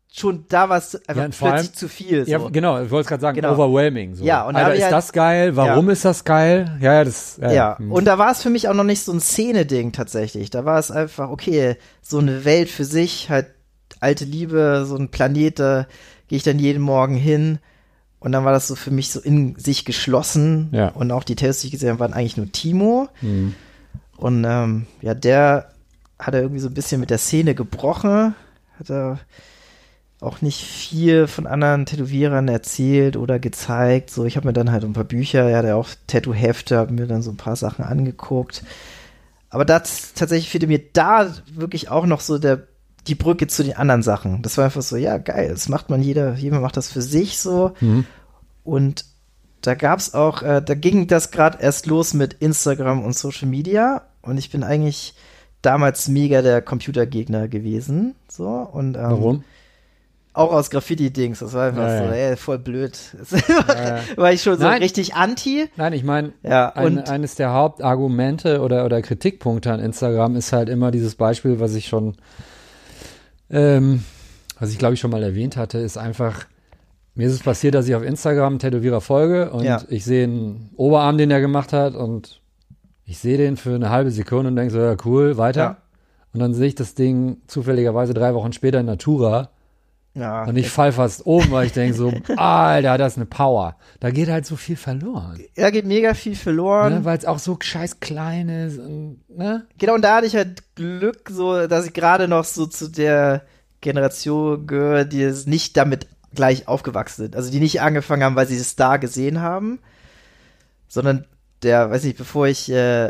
schon da war es einfach Ja, vor plötzlich allem- zu viel. So. Ja, genau, ich wollte es gerade sagen, Genau. overwhelming. So. Ja, und da Alter, hab ich ist halt- das geil? Warum Ja. ist das geil? Ja, ja, das, ja. Ja, hm. und da war es für mich auch noch nicht so ein Szene-Ding tatsächlich. Da war es einfach, okay, so eine Welt für sich, halt alte Liebe, so ein Planet, da gehe ich dann jeden Morgen hin. Und dann war das so für mich so in sich geschlossen. Ja. Und auch die Tests, die ich gesehen habe, waren eigentlich nur Timo. Hm. Und ähm, ja, der hat er irgendwie so ein bisschen mit der Szene gebrochen. Hat er auch nicht viel von anderen Tätowierern erzählt oder gezeigt. So, ich habe mir dann halt ein paar Bücher, er hatte auch Tattoo-Hefte, habe mir dann so ein paar Sachen angeguckt. Aber das tatsächlich fehlte mir da wirklich auch noch so der die Brücke zu den anderen Sachen. Das war einfach so, ja, geil, das macht man jeder, jeder macht das für sich so. Mhm. Und da gab's auch, äh, da ging das gerade erst los mit Instagram und Social Media. Und ich bin eigentlich damals mega der Computergegner gewesen. So, und ähm, Warum? auch aus Graffiti-Dings. Das war einfach Ja, so, ja. ey, voll blöd. Das war, war ich schon so Nein. richtig anti. Nein, ich meine, Ja, ein, und eines der Hauptargumente oder, oder Kritikpunkte an Instagram ist halt immer dieses Beispiel, was ich schon, ähm, was ich glaube ich schon mal erwähnt hatte, ist einfach, mir ist es passiert, dass ich auf Instagram einen Tätowierer folge und Ja. ich sehe einen Oberarm, den er gemacht hat und ich sehe den für eine halbe Sekunde und denke so, ja cool, weiter. Ja. Und dann sehe ich das Ding zufälligerweise drei Wochen später in Natura ja, und ich fall fast um, weil ich denke so, Alter, das ist eine Power. Da geht halt so viel verloren. er geht mega viel verloren. Ne, weil es auch so scheiß klein ist. Und, ne? Genau, und da hatte ich halt Glück, so, dass ich gerade noch so zu der Generation gehöre, die es nicht damit gleich aufgewachsen sind. Also die nicht angefangen haben, weil sie es da gesehen haben, sondern der, weiß nicht, bevor ich äh,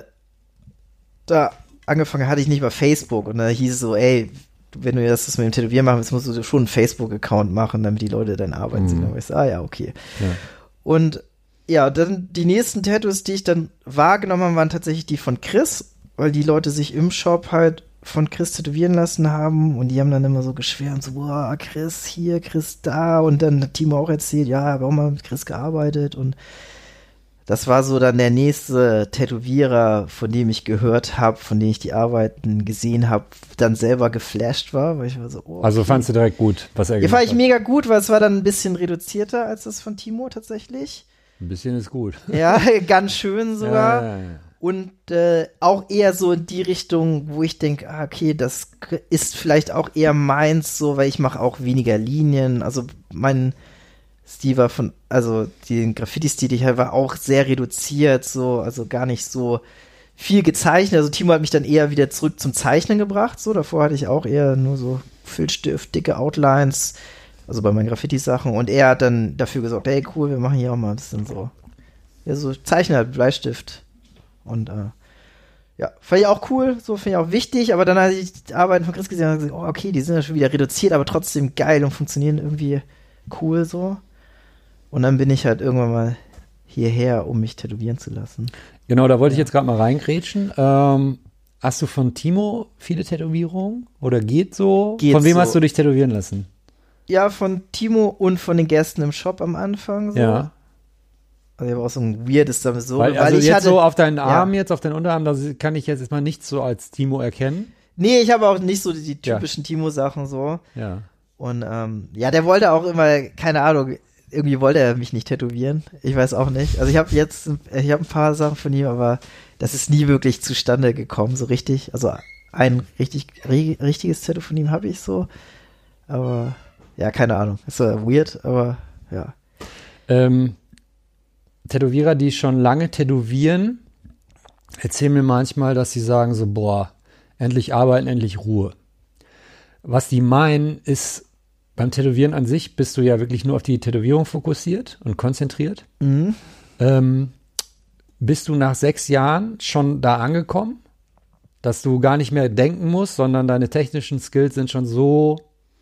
da angefangen habe, hatte ich nicht mal Facebook und da hieß es so, ey, wenn du das, das mit dem Tätowieren machen willst, musst du schon einen Facebook-Account machen, damit die Leute deine Arbeit Mhm. sehen. Und ich so, ah ja, okay. Ja. Und ja, dann die nächsten Tattoos, die ich dann wahrgenommen habe, waren tatsächlich die von Chris, weil die Leute sich im Shop halt von Chris tätowieren lassen haben und die haben dann immer so geschwärmt, so, boah, Chris hier, Chris da und dann hat Timo auch erzählt, ja, warum haben wir mit Chris gearbeitet und das war so dann der nächste Tätowierer, von dem ich gehört habe, von dem ich die Arbeiten gesehen habe, dann selber geflasht war, weil ich war so, oh, Also okay. fandst du direkt gut, was er Ja, gemacht fand ich hat? mega gut, weil es war dann ein bisschen reduzierter als das von Timo tatsächlich. Ein bisschen ist gut. Ja, ganz schön sogar. Ja, ja, ja. Und äh, auch eher so in die Richtung, wo ich denke, ah, okay, das k- ist vielleicht auch eher meins, so, weil ich mache auch weniger Linien. Also mein Stil war von, also den Graffiti-Stil, den ich halt war auch sehr reduziert, so, also gar nicht so viel gezeichnet. Also Timo hat mich dann eher wieder zurück zum Zeichnen gebracht, so. Davor hatte ich auch eher nur so Filzstift, dicke Outlines, also bei meinen Graffiti-Sachen. Und er hat dann dafür gesorgt, hey, cool, wir machen hier auch mal ein bisschen so, ja, so Zeichnen halt, Bleistift. Und äh, ja, fand ich auch cool, so finde ich auch wichtig, aber dann, als ich die Arbeiten von Chris gesehen habe, gesagt, oh, okay, die sind ja schon wieder reduziert, aber trotzdem geil und funktionieren irgendwie cool so. Und dann bin ich halt irgendwann mal hierher, um mich tätowieren zu lassen. Genau, da wollte ich jetzt gerade mal reingrätschen. Ähm, hast du von Timo viele Tätowierungen? Oder geht so? Geht von wem so. hast du dich tätowieren lassen? Ja, von Timo und von den Gästen im Shop am Anfang so. Ja. Also ich habe auch so ein weirdes damit so, Weil, weil, also ich jetzt hatte, so auf deinen Arm, ja. jetzt auf deinen Unterarm, da kann ich jetzt erstmal nicht so als Timo erkennen. Nee, ich habe auch nicht so die, die Ja. typischen Timo-Sachen so. Ja. Und ähm, ja, der wollte auch immer, keine Ahnung, irgendwie wollte er mich nicht tätowieren. Ich weiß auch nicht. Also ich habe jetzt, ich habe ein paar Sachen von ihm, aber das ist nie wirklich zustande gekommen, so richtig. Also ein richtig ri- richtiges Tattoo von ihm habe ich so. Aber ja, keine Ahnung. Ist so weird, aber ja. Ähm, Tätowierer, die schon lange tätowieren, erzählen mir manchmal, dass sie sagen so, boah, endlich arbeiten, endlich Ruhe. Was die meinen, ist, beim Tätowieren an sich bist du ja wirklich nur auf die Tätowierung fokussiert und konzentriert. Mhm. Ähm, bist du nach sechs Jahren schon da angekommen, dass du gar nicht mehr denken musst, sondern deine technischen Skills sind schon so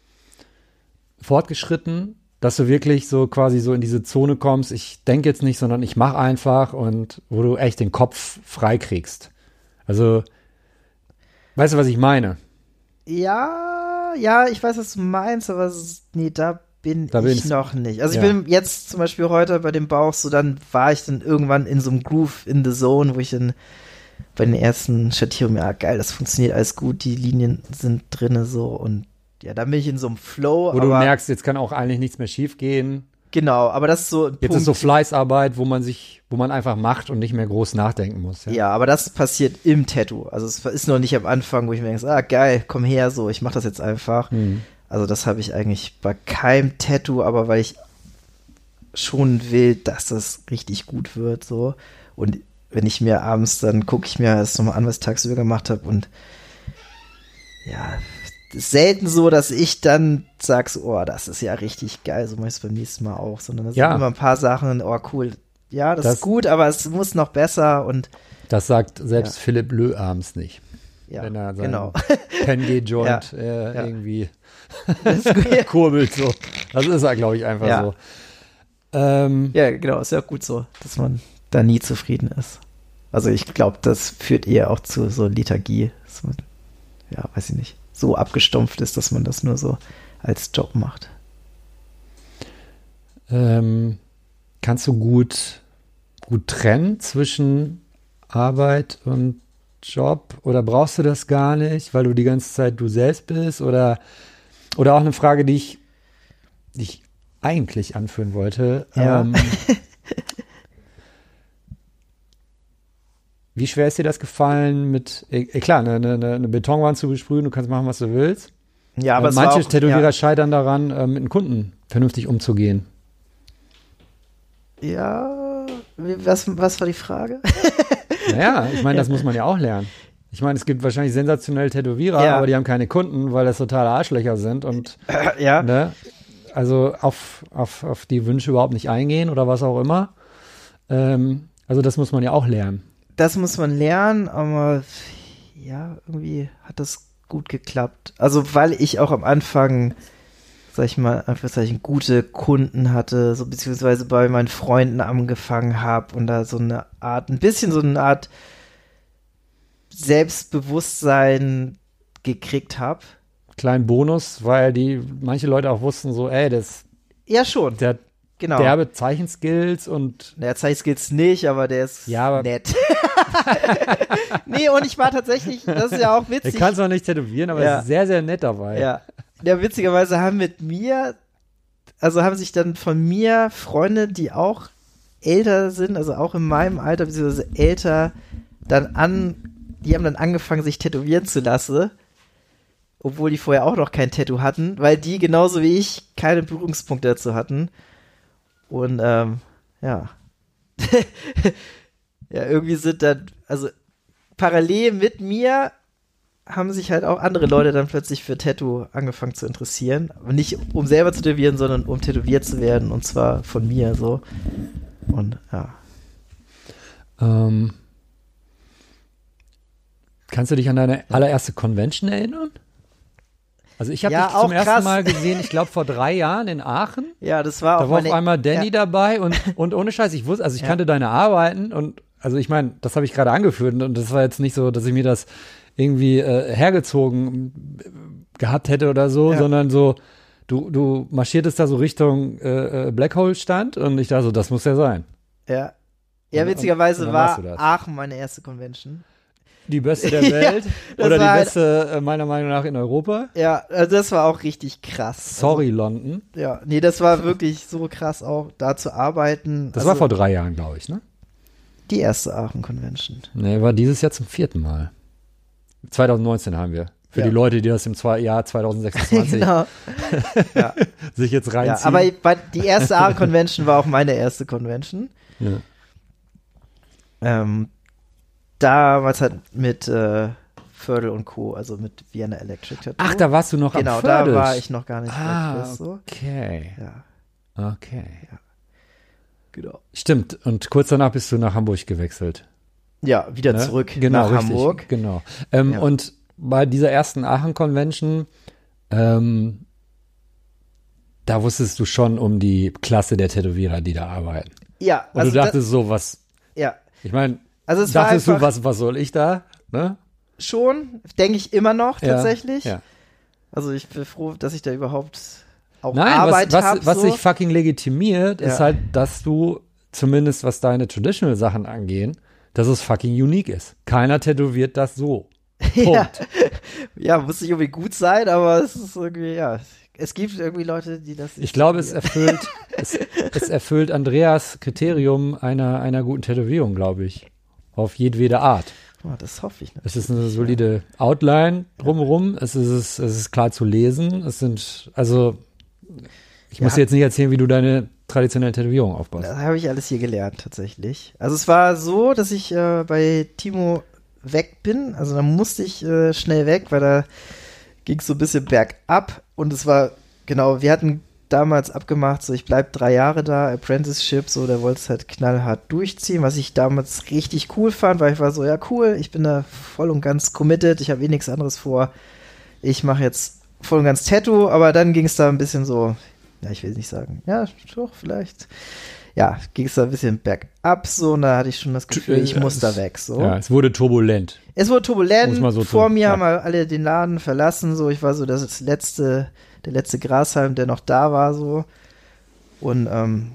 fortgeschritten, dass du wirklich so quasi so in diese Zone kommst, ich denke jetzt nicht, sondern ich mache einfach und wo du echt den Kopf frei kriegst. Also, weißt du, was ich meine? Ja, ja, ich weiß, was du meinst, aber es, nee, da bin Da ich bin's- noch nicht. Also ich ja. bin jetzt zum Beispiel heute bei dem Bauch, so dann war ich dann irgendwann in so einem Groove in the Zone, wo ich dann bei den ersten Schattierungen, ja geil, das funktioniert alles gut, die Linien sind drinne so und ja, dann bin ich in so einem Flow. Wo aber, du merkst, jetzt kann auch eigentlich nichts mehr schief gehen. Genau, aber das ist so ein Jetzt Punkt. ist so Fleißarbeit, wo man sich, wo man einfach macht und nicht mehr groß nachdenken muss. Ja, Ja, aber das passiert im Tattoo. Also es ist noch nicht am Anfang, wo ich mir denke, ah geil, komm her, so, ich mach das jetzt einfach. Mhm. Also das habe ich eigentlich bei keinem Tattoo, aber weil ich schon will, dass das richtig gut wird, so. Und wenn ich mir abends, dann gucke ich mir das nochmal an, was ich tagsüber gemacht habe und ja, ist selten so, dass ich dann sag so, oh, das ist ja richtig geil, so mache ich es beim nächsten Mal auch, sondern das Ja. sind immer ein paar Sachen, oh cool, ja, das, Das- ist gut, aber es muss noch besser und Das sagt selbst Ja. Philipp Löh abends nicht. ja, Wenn er seinen genau. Pen-G-Joint Ja. äh, Ja. irgendwie Das ist gut. kurbelt so. Das ist er, glaube ich, einfach Ja. so. Ähm, Ja, genau, ist ja auch gut so, dass man da nie zufrieden ist. Also ich glaube, das führt eher auch zu so Lethargie, dass man, ja, weiß ich nicht, so abgestumpft ist, dass man das nur so als Job macht. ähm, kannst du gut, gut trennen zwischen Arbeit und Job oder brauchst du das gar nicht, weil du die ganze Zeit du selbst bist? Oder, oder auch eine Frage, die ich, die ich eigentlich anführen wollte. Ja. Ähm, wie schwer ist dir das gefallen, mit, eh, eh, klar, eine, eine, eine Betonwand zu besprühen, du kannst machen, was du willst. Ja, aber Äh, es Manche war auch, Tätowierer ja, scheitern daran, äh, mit einem Kunden vernünftig umzugehen. ja, wie- was, was war die Frage? Naja, ich meine, das muss man ja auch lernen. Ich meine, es gibt wahrscheinlich sensationelle Tätowierer, Ja. aber die haben keine Kunden, weil das totale Arschlöcher sind und ja, ne, also auf, auf, auf die Wünsche überhaupt nicht eingehen oder was auch immer. Ähm, also das muss man ja auch lernen. das muss man lernen, aber ja, irgendwie hat das gut geklappt. Also weil ich auch am Anfang, sag ich mal, Anführungszeichen, gute Kunden hatte, so beziehungsweise bei meinen Freunden angefangen habe und da so eine Art, ein bisschen so eine Art Selbstbewusstsein gekriegt habe. Kleinen Bonus, weil die manche Leute auch wussten so, ey, das, Ja, schon, der genau. derbe Zeichenskills und Der Zeichenskills nicht, aber der ist Ja, aber- nett. Nee, und ich war tatsächlich, das ist ja auch der witzig. kann es auch nicht tätowieren, aber Ja. ist sehr, sehr nett dabei. Ja. Ja, witzigerweise haben mit mir, also haben sich dann von mir Freunde, die auch älter sind, also auch in meinem Alter, beziehungsweise älter, dann an, die haben dann angefangen, sich tätowieren zu lassen, obwohl die vorher auch noch kein Tattoo hatten, weil die genauso wie ich keine Berührungspunkte dazu hatten. Und ähm, ja. Ja, irgendwie sind dann, also parallel mit mir haben sich halt auch andere Leute dann plötzlich für Tattoo angefangen zu interessieren. Aber nicht um selber zu tätowieren, sondern um tätowiert zu werden. Und zwar von mir so. Und ja. Ähm, kannst du dich an deine allererste Convention erinnern? Also ich habe Ja, dich auch zum ersten krass. Mal gesehen, ich glaube vor drei Jahren in Aachen. Ja, das war Da auch war auf meine, einmal Danny ja, dabei und, und ohne Scheiß, ich wusste, also ich Ja. kannte deine Arbeiten und also ich meine, das habe ich gerade angeführt und, und das war jetzt nicht so, dass ich mir das irgendwie äh, hergezogen äh, gehabt hätte oder so, Ja. sondern so, du, du marschiertest da so Richtung äh, äh, Black Hole Stand und ich dachte so, das muss ja sein. Ja. Ja, Und- witzigerweise und dann war warst du das. Aachen meine erste Convention. Die beste der Ja, Welt das oder die war halt- beste äh, meiner Meinung nach in Europa. Ja, also das war auch richtig krass. Sorry, London. Also, ja, nee, das war wirklich so krass auch, da zu arbeiten. Das also, war vor drei Jahren, glaube ich, ne? die erste Aachen-Convention. Nee, war dieses Jahr zum vierten Mal. zwanzig neunzehn haben wir. Für Ja. die Leute, die das im zwei, Jahr zwanzig sechsundzwanzig Genau. ja. sich jetzt Ja, reinziehen. aber bei, die erste Aachen-Convention war auch meine erste Convention. Ja. Ähm, damals halt mit äh, Fördel und Co., also mit Vienna Electric Tattoo. Ach, da warst du noch Genau, am da Fördisch. war ich noch gar nicht Ah, weg, so. okay. Ja, Okay. genau. Stimmt. Und kurz danach bist du nach Hamburg gewechselt. Ja, wieder Ne? zurück genau, nach richtig, Hamburg. Genau. Ähm, Ja. Und bei dieser ersten Aachen-Convention, ähm, da wusstest du schon um die Klasse der Tätowierer, die da arbeiten. Ja, Und also du dachtest so, was, da, ja, ich meine, also es war dachtest einfach du, was, was soll ich da? Ne? schon, denke ich immer noch Ja, tatsächlich. Ja. Also ich bin froh, dass ich da überhaupt auch Nein, Arbeit was, habe. was, was so. sich fucking legitimiert, ist Ja. halt, dass du, zumindest was deine Traditional-Sachen angehen, dass es fucking unique ist. Keiner tätowiert das so. Punkt. Ja. Ja, muss nicht irgendwie gut sein, aber es ist irgendwie, ja, es gibt irgendwie Leute, die das Ich glaube, es erfüllt, es, es erfüllt Andreas Kriterium einer, einer guten Tätowierung, glaube ich. Auf jedwede Art. Oh, das hoffe ich Es natürlich. ist eine solide Outline drumherum. Es ist, es ist klar zu lesen. Es sind, also, ich muss Ja. dir jetzt nicht erzählen, wie du deine traditionelle Tätowierung aufbaust. Das habe ich alles hier gelernt, tatsächlich. Also es war so, dass ich äh, bei Timo weg bin. Also da musste ich äh, schnell weg, weil da ging es so ein bisschen bergab. Und es war, genau, wir hatten damals abgemacht, so ich bleib drei Jahre da, Apprenticeship, so, der wollte es halt knallhart durchziehen, was ich damals richtig cool fand, weil ich war so, ja cool, ich bin da voll und ganz committed, ich habe eh nichts anderes vor. Ich mache jetzt voll und ganz Tattoo, aber dann ging es da ein bisschen so, ja, ich will nicht sagen, ja, doch, vielleicht. Ja, ging es da ein bisschen bergab so und da hatte ich schon das Gefühl, ich muss da weg. So. Ja, es wurde turbulent. Es wurde turbulent, Muss man so vor tun, mir ja. haben alle den Laden verlassen, so ich war so das letzte, der letzte Grashalm, der noch da war, so. Und ähm,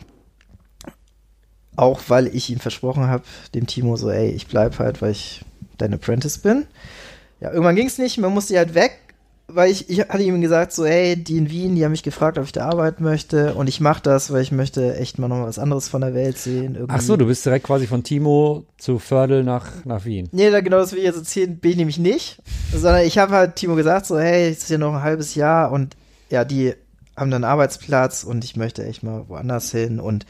auch weil ich ihm versprochen habe, dem Timo so, ey, ich bleib halt, weil ich dein Apprentice bin. Ja, irgendwann ging es nicht, man musste halt weg, weil ich, ich hatte ihm gesagt, so, hey, die in Wien, die haben mich gefragt, ob ich da arbeiten möchte und ich mache das, weil ich möchte echt mal noch was anderes von der Welt sehen. Irgendwie. Ach so, du bist direkt quasi von Timo zu Fördel nach, nach Wien. Nee, da, genau das will ich jetzt erzählen, bin ich nämlich nicht, sondern ich habe halt Timo gesagt, so, hey, es ist hier noch ein halbes Jahr und ja, die haben dann einen Arbeitsplatz und ich möchte echt mal woanders hin und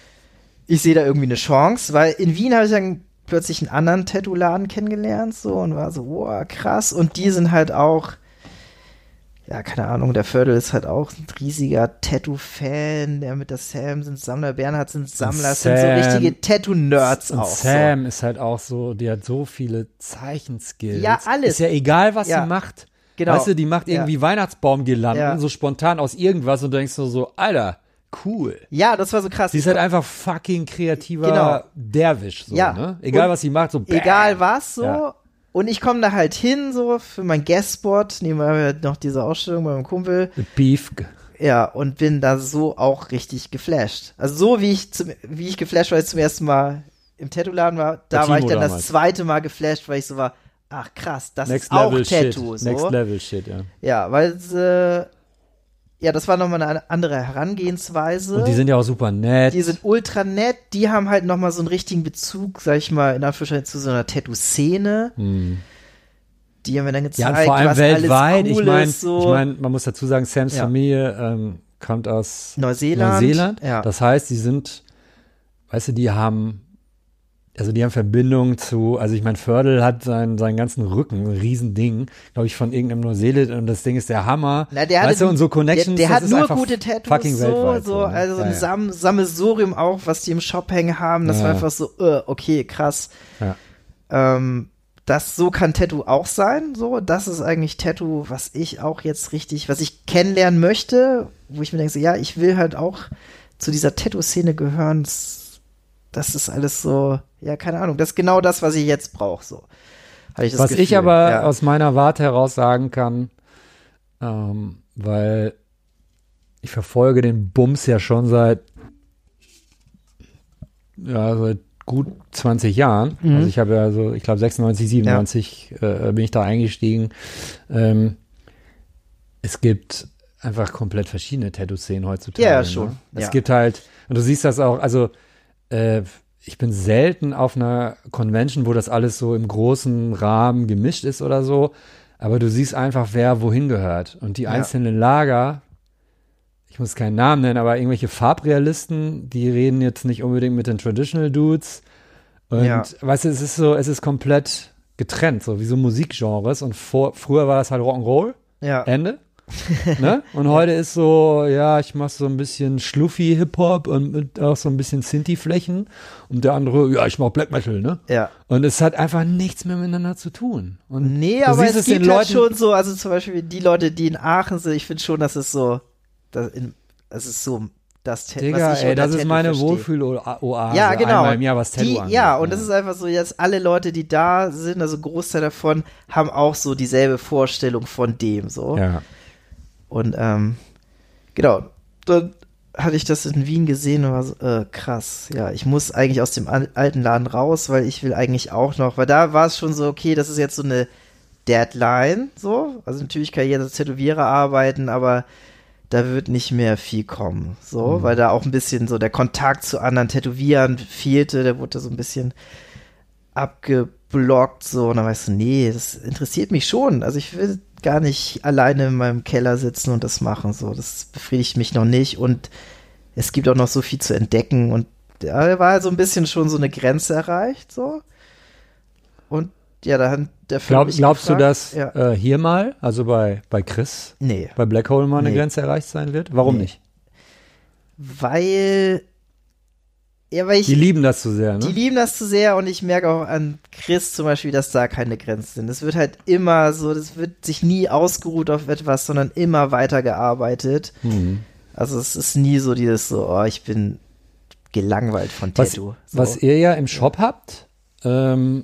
ich sehe da irgendwie eine Chance, weil in Wien habe ich dann plötzlich einen anderen Tattoo-Laden kennengelernt so und war so, wow, krass und die sind halt auch, ja, keine Ahnung, der Fördel ist halt auch ein riesiger Tattoo-Fan, der mit der Sam sind Sammler, Bernhard sind Sammler, das sind so Sam- richtige Tattoo-Nerds Und auch. Sam ist halt auch so, die hat so viele Zeichenskills. Ja, alles. Ist ja egal, was Ja, sie macht. genau. Weißt du, die macht irgendwie Ja. Weihnachtsbaumgirlanden, Ja. so spontan aus irgendwas und du denkst nur so, Alter, cool. So. Ja, das war so krass. Sie ist halt einfach fucking kreativer Genau. Derwisch, so, Ja. ne? Egal, Und was sie macht, so bam. Egal was, so. Ja. Und ich komme da halt hin, so, für mein Guestspot, nehmen wir halt noch diese Ausstellung bei meinem Kumpel. Beef. Ja, und bin da so auch richtig geflasht. Also so, wie ich zum, wie ich geflasht war, als ich zum ersten Mal im Tattoo-Laden war, da Bei war ich Timo dann damals. das zweite Mal geflasht, weil ich so war, ach krass, das Next ist auch Level Tattoo. Shit. So. Next Level Shit, ja. Ja, weil äh, ja, das war nochmal eine andere Herangehensweise. Und die sind ja auch super nett. Die sind ultra nett, die haben halt nochmal so einen richtigen Bezug, sag ich mal, in Anführungszeichen zu so einer Tattoo-Szene. Hm. Die haben mir dann Ja, gezeigt, und vor allem was weltweit. alles cool Ich meine, ist, so. ich mein, man muss dazu sagen, Sams Ja. Familie ähm, kommt aus Neuseeland. Neuseeland. Ja. Das heißt, die sind, weißt du, die haben, also die haben Verbindung zu, also ich meine, Fördel hat seinen, seinen ganzen Rücken, ein Riesending, glaube ich, von irgendeinem Neuseeland und das Ding ist der Hammer. Na, der weißt hatte, du, und so Connections, der, der das hat ist nur einfach gute Tattoos, fucking so, weltweit. so, ne? also ja, ein ja. Sam Sammelsurium auch, was die im Shop hängen haben, das Ja. war einfach so, äh, okay, krass. Ja. Ähm, das, so kann Tattoo auch sein, so, das ist eigentlich Tattoo, was ich auch jetzt richtig, was ich kennenlernen möchte, wo ich mir denke, so, ja, ich will halt auch zu dieser Tattoo-Szene gehören, das, das ist alles so, ja, keine Ahnung, das ist genau das, was ich jetzt brauche, so. Hatte ich das Was Gefühl. ich aber ja. aus meiner Warte heraus sagen kann, ähm, weil ich verfolge den Bums ja schon seit, ja, seit gut zwanzig Jahren. Mhm. Also ich habe ja so, ich glaube sechsundneunzig, siebenundneunzig äh, bin ich da eingestiegen. Ähm, es gibt einfach komplett verschiedene Tattoo-Szenen heutzutage. Ja, ne? schon. Es Ja. gibt halt, und du siehst das auch, also äh, ich bin selten auf einer Convention, wo das alles so im großen Rahmen gemischt ist oder so, aber du siehst einfach, wer wohin gehört. Und die Ja. einzelnen Lager, ich muss keinen Namen nennen, aber irgendwelche Farbrealisten, die reden jetzt nicht unbedingt mit den Traditional Dudes. Und Ja. weißt du, es ist so, es ist komplett getrennt, so wie so Musikgenres. Und vor, früher war das halt Rock'n'Roll, Ja. Ende. Ne? Und heute ist so, ja, ich mache so ein bisschen Schluffy Hip-Hop und mit auch so ein bisschen Synthi-Flächen. Und der andere, ja, ich mache Black Metal, ne? Ja. Und es hat einfach nichts mehr miteinander zu tun. Und Nee, du aber siehst es es den gibt halt Leuten- schon so, also zum Beispiel die Leute, die in Aachen sind, ich finde schon, dass es so, das, in, das ist so das Tattoo, Digga, was ich ey, unter das ist Tattoo meine verstehe. Wohlfühl-Oase. Ja, genau. Einmal im Jahr was Tattoo die, angeht, ja, und das ist einfach so, jetzt alle Leute, die da sind, also ein Großteil davon, haben auch so dieselbe Vorstellung von dem, so. Ja. Und, ähm, genau, dann hatte ich das in Wien gesehen und war so, äh, krass, ja, ich muss eigentlich aus dem al- alten Laden raus, weil ich will eigentlich auch noch, weil da war es schon so, okay, das ist jetzt so eine Deadline, so. Also natürlich kann jeder als Tätowierer arbeiten, aber da wird nicht mehr viel kommen, so, mhm. weil da auch ein bisschen so der Kontakt zu anderen Tätowierern fehlte, der wurde so ein bisschen abgeblockt, so, und dann weißt du, nee, das interessiert mich schon, also ich will gar nicht alleine in meinem Keller sitzen und das machen, so, das befriedigt mich noch nicht und es gibt auch noch so viel zu entdecken und da war so ein bisschen schon so eine Grenze erreicht, so, und ja, da hat der Film Glaub, mich Glaubst gefragt, du, dass ja. äh, hier mal, also bei, bei Chris, nee. bei Black Hole mal eine Nee. Grenze erreicht sein wird? Warum Nee. nicht? Weil, ja, weil ich, Die lieben das zu sehr, ne? die lieben das zu sehr und ich merke auch an Chris zum Beispiel, dass da keine Grenzen sind. Es wird halt immer so, das wird sich nie ausgeruht auf etwas, sondern immer weitergearbeitet. Mhm. Also es ist nie so dieses so, oh, ich bin gelangweilt von Was, Tattoo. So. was ihr ja im Shop habt, ähm,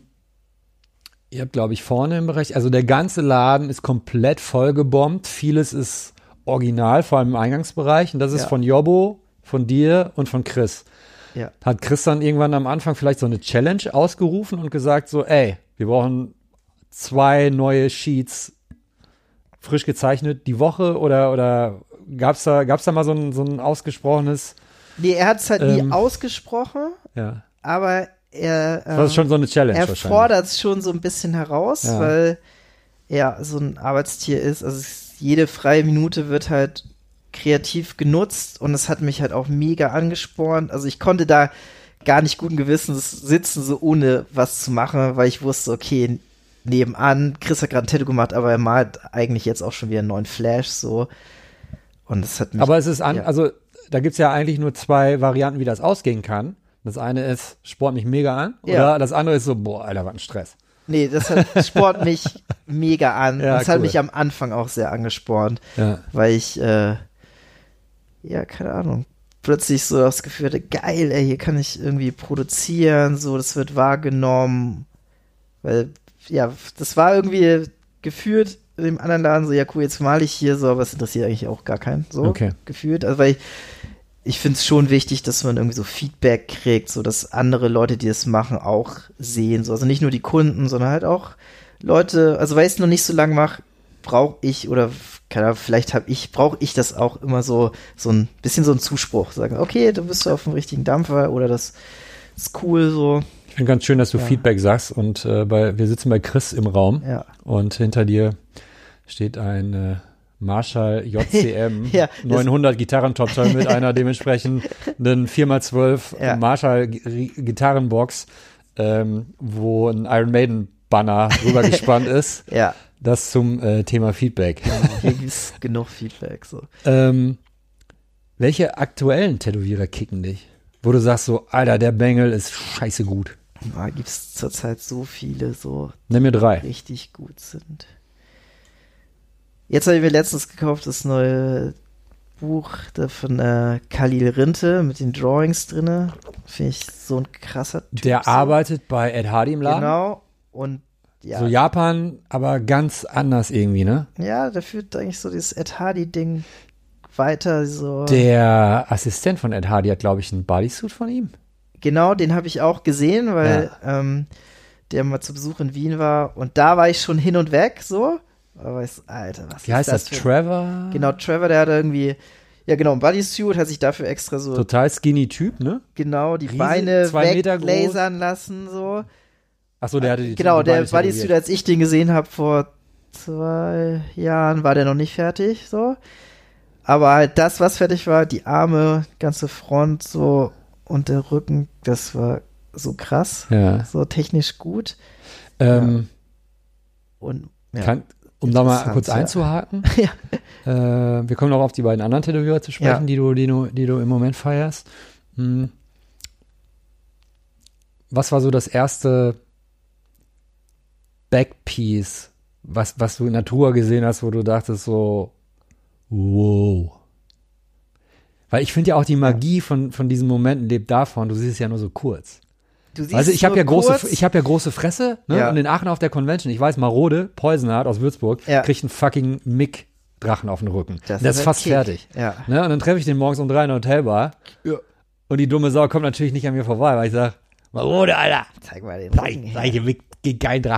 ihr habt, glaube ich, vorne im Bereich, also der ganze Laden ist komplett vollgebombt. Vieles ist original, vor allem im Eingangsbereich. Und das ist Ja. von Jobbo, von dir und von Chris. Ja. Hat Chris dann irgendwann am Anfang vielleicht so eine Challenge ausgerufen und gesagt so, ey, wir brauchen zwei neue Sheets frisch gezeichnet die Woche oder, oder gab's da, gab's da mal so ein, so ein ausgesprochenes, Nee, er hat es halt Ähm, nie ausgesprochen, ja, aber er, das ist ähm, schon so eine Challenge er wahrscheinlich. fordert es schon so ein bisschen heraus, Ja. weil er so ein Arbeitstier ist. Also es, jede freie Minute wird halt kreativ genutzt und es hat mich halt auch mega angespornt. Also ich konnte da gar nicht guten Gewissens sitzen, so ohne was zu machen, weil ich wusste, okay, nebenan, Chris hat gerade ein Tattoo gemacht, aber er malt eigentlich jetzt auch schon wieder einen neuen Flash, so. Und das hat mich. Aber es ist an, ja. also da gibt es ja eigentlich nur zwei Varianten, wie das ausgehen kann. Das eine ist, sport mich mega an, oder Ja. das andere ist so, boah, Alter, was ein Stress. Nee, das hat Sport mich mega an. Ja, das hat cool. mich am Anfang auch sehr angespornt, Ja. weil ich, äh, ja, keine Ahnung, plötzlich so das Gefühl hatte, geil, ey, hier kann ich irgendwie produzieren, so, das wird wahrgenommen. Weil, ja, das war irgendwie gefühlt in dem anderen Laden so, ja cool, jetzt male ich hier so, aber es interessiert eigentlich auch gar keinen, so, Okay. gefühlt. Also, weil ich, ich finde es schon wichtig, dass man irgendwie so Feedback kriegt, so dass andere Leute, die das machen, auch sehen. So. Also nicht nur die Kunden, sondern halt auch Leute, also weil ich es noch nicht so lange mache, brauche ich oder keine Ahnung, vielleicht habe ich, brauche ich das auch immer so, so ein bisschen so ein Zuspruch. Sagen, okay, du bist auf dem richtigen Dampfer oder das ist cool so. Ich finde ganz schön, dass du Ja. Feedback sagst und äh, bei, wir sitzen bei Chris im Raum Ja. und hinter dir steht ein äh, Marshall J C M Ja, das- neunhundert Gitarrentop-Teil mit einer dementsprechenden vier mal zwölf Ja. Marshall Gi- Gitarrenbox, ähm, wo ein Iron Maiden Banner drüber gespannt ist. Ja, Das zum äh, Thema Feedback. hier gibt es genug Feedback. So. ähm, welche aktuellen Tätowierer kicken dich? Wo du sagst so, Alter, der Bengel ist scheiße gut. Da gibt es zurzeit so viele, so Nenn mir drei. richtig gut sind. Jetzt habe ich mir letztens gekauft, das neue Buch da von äh, Khalil Rinte mit den Drawings drinne. Finde ich so ein krasser Typ. Der so. arbeitet bei Ed Hardy im Laden. Genau. Und ja, So Japan, aber ganz anders irgendwie, ne? ja, der führt eigentlich so dieses Ed Hardy-Ding weiter. So. Der Assistent von Ed Hardy hat, glaube ich, einen Bodysuit von ihm. Genau, den habe ich auch gesehen, weil ähm, der mal zu Besuch in Wien war. Und da war ich schon hin und weg, so. Aber ich so, Alter, was Wie ist heißt das das? für Trevor? Genau, Trevor, der hat irgendwie, ja genau, ein Bodysuit, hat sich dafür extra so, Total skinny Typ, ne? genau, die riesig, Beine zwei Meter groß. weglasern lassen, so. Achso, der hatte die Genau, die der Beine Bodysuit, tätowiert. als ich den gesehen habe vor zwei Jahren, war der noch nicht fertig, so. Aber halt das, was fertig war, die Arme, ganze Front, so, und der Rücken, das war so krass, Ja. so technisch gut. Ähm, Und, ja. kann, um da mal Interessant, kurz ja. einzuhaken. Ja. Äh, wir kommen noch auf die beiden anderen Tätowierer zu sprechen, Ja. die, du, die, du, die du im Moment feierst. Hm. Was war so das erste Backpiece, was, was du in Natur gesehen hast, wo du dachtest so, wow. Weil ich finde ja auch die Magie von, von diesen Momenten lebt davon, du siehst es ja nur so kurz. Du siehst Also ich habe nur ja große, kurz, ich habe ja große Fresse, ne? Ja. Und in Aachen auf der Convention, ich weiß, Marode, Poisonart aus Würzburg, Ja. kriegt einen fucking Mick-Drachen auf den Rücken. Das Der ist ist ein fast Kick. fertig. Ja. Ne? Und dann treffe ich den morgens um drei in der Hotelbar. Ja. Und die dumme Sau kommt natürlich nicht an mir vorbei, weil ich sage, Marode, Alter, Zeig mal den zeig, Rücken zeig her. dir Mick, gegen geilen Drachen.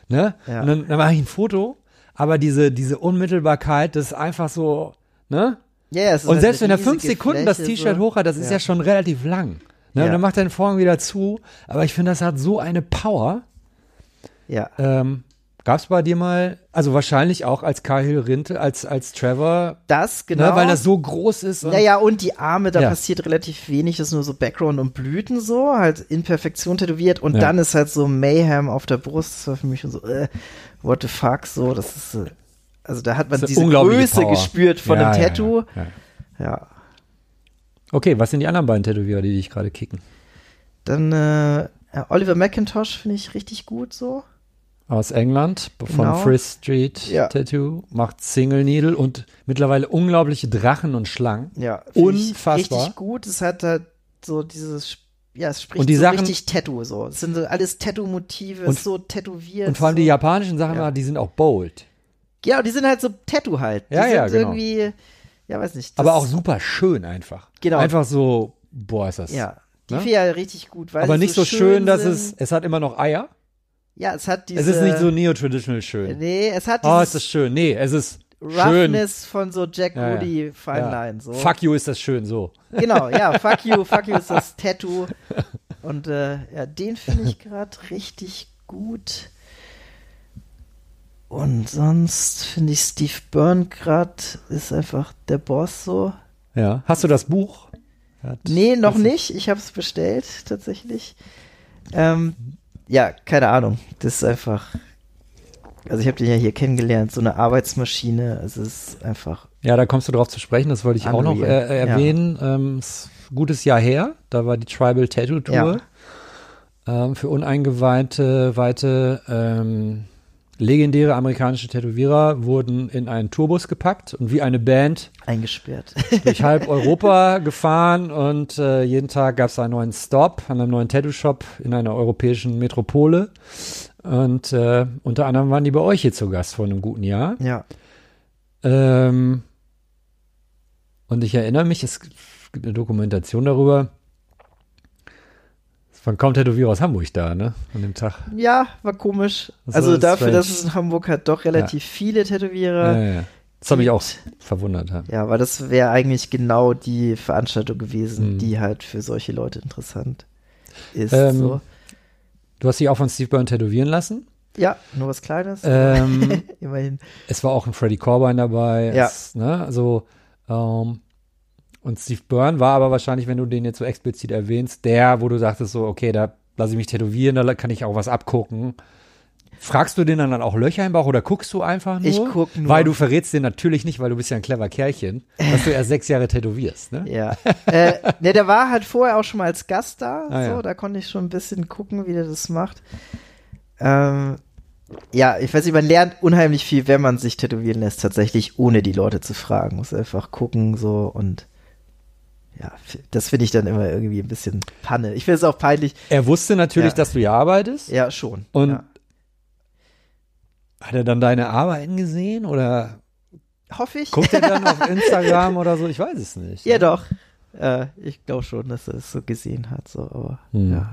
ne? Ja. Und dann, dann mache ich ein Foto, aber diese, diese Unmittelbarkeit, das ist einfach so, ne? Ja, ja, es ist Und halt selbst wenn eine er fünf riesige Sekunden das Fläche, T-Shirt so. hoch hat, das ist ja, Ja. schon relativ lang. Ne? Ja. Und dann macht er den Vorhang wieder zu. Aber ich finde, das hat so eine Power. Ja. Ähm, Gab es bei dir mal, also wahrscheinlich auch als Cahill Rinte, als, als Trevor, Das, genau. ne, weil das so groß ist. Und Naja, und die Arme, da Ja. passiert relativ wenig, das ist nur so Background und Blüten so, halt in Perfektion tätowiert und Ja. dann ist halt so Mayhem auf der Brust, das war für mich schon so, äh, what the fuck, so, das ist, äh, also da hat man Das ist diese unglaubliche Größe Power. gespürt von Ja, dem ja, Tattoo. ja, ja. Ja. Okay, was sind die anderen beiden Tätowierer, die dich gerade kicken? Dann äh, Oliver McIntosh finde ich richtig gut so. Aus England, von Genau. Frith Street Ja. Tattoo, macht Single Needle und mittlerweile unglaubliche Drachen und Schlangen. Ja, find ich Unfassbar. richtig gut. Es hat halt so dieses, ja, es spricht Und die so Sachen- richtig Tattoo so. Es sind so alles Tattoo-Motive, Und- ist so tätowiert. Und vor allem so. die japanischen Sachen, Ja. die sind auch bold. Ja, und die sind halt so Tattoo halt. Die Ja, sind ja, genau. irgendwie, ja, weiß nicht. das- Aber auch super schön einfach. Genau. Einfach so, boah, ist das. Ja, die Ne? finde ich ja richtig gut. Weil Aber sie nicht so schön, dass es, sind. es hat immer noch Eier. Ja, es hat diese. Es ist nicht so neo-traditional schön. Nee, es hat Oh, ist das dieses schön. Nee, es ist schön. Roughness von so Jack Ja, ja. Rudy Fine Ja. Line. So. Fuck you ist das schön, so. Genau, ja, fuck you, fuck you ist das Tattoo. Und äh, ja, den finde ich gerade richtig gut. Und sonst finde ich Steve Byrne gerade ist einfach der Boss so. Ja. Hast du das Buch? Hat- Nee, noch das- nicht. Ich habe es bestellt, tatsächlich. Ähm, ja, keine Ahnung. Das ist einfach. Also, ich habe den ja hier kennengelernt, so eine Arbeitsmaschine. Es ist einfach. Ja, da kommst du drauf zu sprechen, das wollte ich auch noch äh, Unreal. erwähnen. Ähm, ist ein gutes Jahr her, da war die Tribal Tattoo Tour. Ähm, für Uneingeweihte, weite, ähm, legendäre amerikanische Tätowierer wurden in einen Tourbus gepackt und wie eine Band eingesperrt. durch halb Europa gefahren und äh, jeden Tag gab es einen neuen Stop an einem neuen Tattoo-Shop in einer europäischen Metropole. Und äh, unter anderem waren die bei euch hier zu Gast vor einem guten Jahr. Ja. Ähm, und ich erinnere mich, es gibt eine Dokumentation darüber. Es waren kaum Tätowierer aus Hamburg da, ne? An dem Tag. Ja, war komisch. Das also war dafür, strange. dass es in Hamburg hat doch relativ viele Tätowierer. Ja, ja, ja. Das hat mich auch gibt. verwundert. Ja. Ja, weil das wäre eigentlich genau die Veranstaltung gewesen, Mhm. die halt für solche Leute interessant ist. Ähm, so. Du hast dich auch von Steve Byrne tätowieren lassen. Ja, nur was Kleines. Ähm, Immerhin. es war auch ein Freddie Corbijn dabei. Ja. Es, ne? Also, ähm, und Steve Byrne war aber wahrscheinlich, wenn du den jetzt so explizit erwähnst, der, wo du sagtest so, okay, da lasse ich mich tätowieren, da kann ich auch was abgucken. Fragst du den dann auch Löcher im Bauch oder guckst du einfach nur? Ich guck nur. Weil du verrätst den natürlich nicht, weil du bist ja ein clever Kerlchen, dass du erst sechs Jahre tätowierst, ne? Ja. äh, ne, der war halt vorher auch schon mal als Gast da. Ah, so, ja. da konnte ich schon ein bisschen gucken, wie der das macht. Ähm, ja, ich weiß nicht, man lernt unheimlich viel, wenn man sich tätowieren lässt, tatsächlich, ohne die Leute zu fragen. Muss einfach gucken, so und ja, f- das finde ich dann immer irgendwie ein bisschen Panne. Ich finde es auch peinlich. Er wusste natürlich, Ja. dass du hier arbeitest. Ja, schon. Und ja. hat er dann deine Arbeiten gesehen oder Hoffe ich. guckt er dann auf Instagram oder so? Ich weiß es nicht. Ja, doch. Äh, ich glaube schon, dass er es so gesehen hat, so, aber Hm. ja.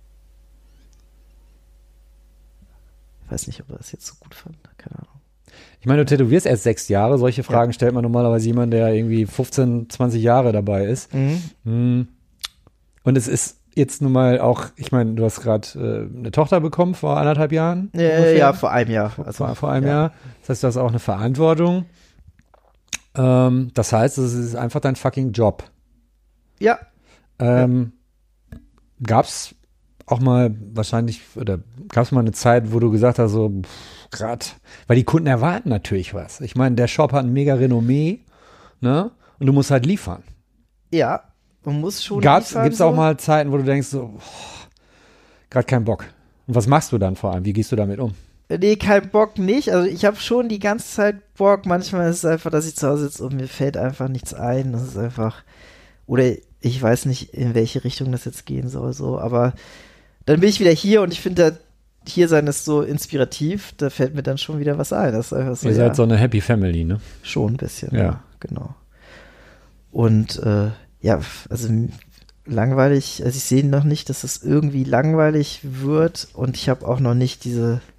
Ich weiß nicht, ob er das jetzt so gut fand. Keine Ahnung. Ich meine, du tätowierst erst sechs Jahre. Solche Fragen stellt man normalerweise jemand, der irgendwie fünfzehn, zwanzig Jahre dabei ist. Mhm. Hm. Und es ist jetzt nun mal auch, ich meine, du hast gerade äh, eine Tochter bekommen vor anderthalb Jahren. Ja, ungefähr. ja, vor einem Jahr. Also, vor, vor einem ja. Jahr. Das heißt, du hast auch eine Verantwortung. Ähm, das heißt, es ist einfach dein fucking Job. Ja. Ähm, Gab's auch mal wahrscheinlich, oder gab's mal eine Zeit, wo du gesagt hast, so, gerade, weil die Kunden erwarten natürlich was. Ich meine, der Shop hat ein mega Renommee, ne? Und du musst halt liefern. Ja, man muss schon. Gab's, liefern, gibt's so. auch mal Zeiten, wo du denkst, so, gerade keinen Bock. Und was machst du dann vor allem? Wie gehst du damit um? Nee, kein Bock nicht. Also ich habe schon die ganze Zeit Bock. Manchmal ist es einfach, dass ich zu Hause sitze und mir fällt einfach nichts ein. Das ist einfach, oder ich weiß nicht, in welche Richtung das jetzt gehen soll, so. Aber dann bin ich wieder hier und ich finde, hier sein ist so inspirativ. Da fällt mir dann schon wieder was ein. Das ist einfach so, Ihr ja, seid so eine Happy Family, ne? schon ein bisschen. Ja. Ja, genau. Und äh, ja, also m- langweilig, also ich sehe noch nicht, dass es irgendwie langweilig wird und ich habe auch noch nicht diese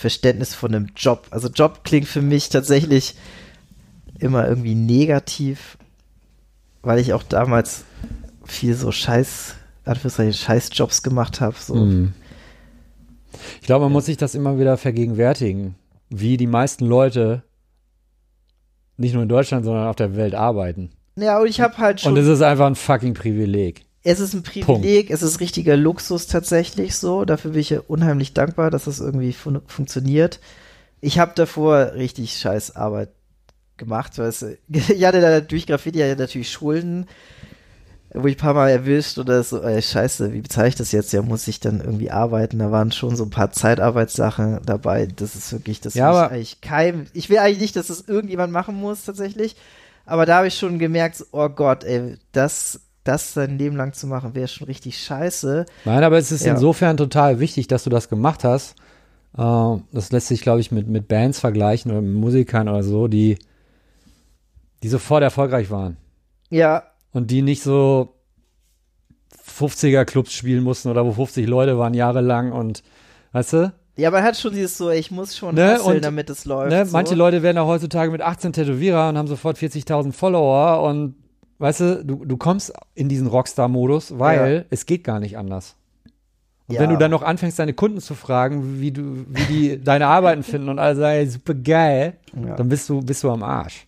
Verständnis von einem Job. Also Job klingt für mich tatsächlich immer irgendwie negativ, weil ich auch damals viel so Scheiß, Anführungszeichen Scheißjobs gemacht habe. So. Mhm. Ich glaube, man ja. muss sich das immer wieder vergegenwärtigen, wie die meisten Leute nicht nur in Deutschland, sondern auf der Welt arbeiten. Ja, und ich habe halt schon... Und es ist einfach ein fucking Privileg. Es ist ein Privileg, Punkt. Es ist richtiger Luxus tatsächlich so. Dafür bin ich ja unheimlich dankbar, dass das irgendwie fun- funktioniert. Ich habe davor richtig scheiß Arbeit gemacht. Weißt du. Ich hatte da durch Graffiti ja natürlich Schulden, wo ich ein paar Mal erwischt oder so, ey, scheiße, wie bezahle ich das jetzt? Ja, muss ich dann irgendwie arbeiten? Da waren schon so ein paar Zeitarbeitssachen dabei. Das ist wirklich, das ja, will aber ich eigentlich kein, ich will eigentlich nicht, dass das irgendjemand machen muss tatsächlich. Aber da habe ich schon gemerkt, so, oh Gott, ey, das, das sein Leben lang zu machen, wäre schon richtig scheiße. Nein, aber es ist ja. insofern total wichtig, dass du das gemacht hast. Uh, das lässt sich, glaube ich, mit, mit Bands vergleichen oder mit Musikern oder so, die, die sofort erfolgreich waren. Ja. Und die nicht so fünfziger-Clubs spielen mussten oder wo fünfzig Leute waren jahrelang und, weißt du? Ja, man hat schon dieses so, ich muss schon ne? hustlen, und, damit es läuft. Ne? So. Manche Leute werden auch heutzutage mit achtzehn Tätowierer und haben sofort vierzigtausend Follower und, weißt du, du, du kommst in diesen Rockstar-Modus, weil ja. es geht gar nicht anders. Und ja. wenn du dann noch anfängst, deine Kunden zu fragen, wie du, wie die deine Arbeiten finden und alle sagen, super geil, ja. dann bist du, bist du am Arsch.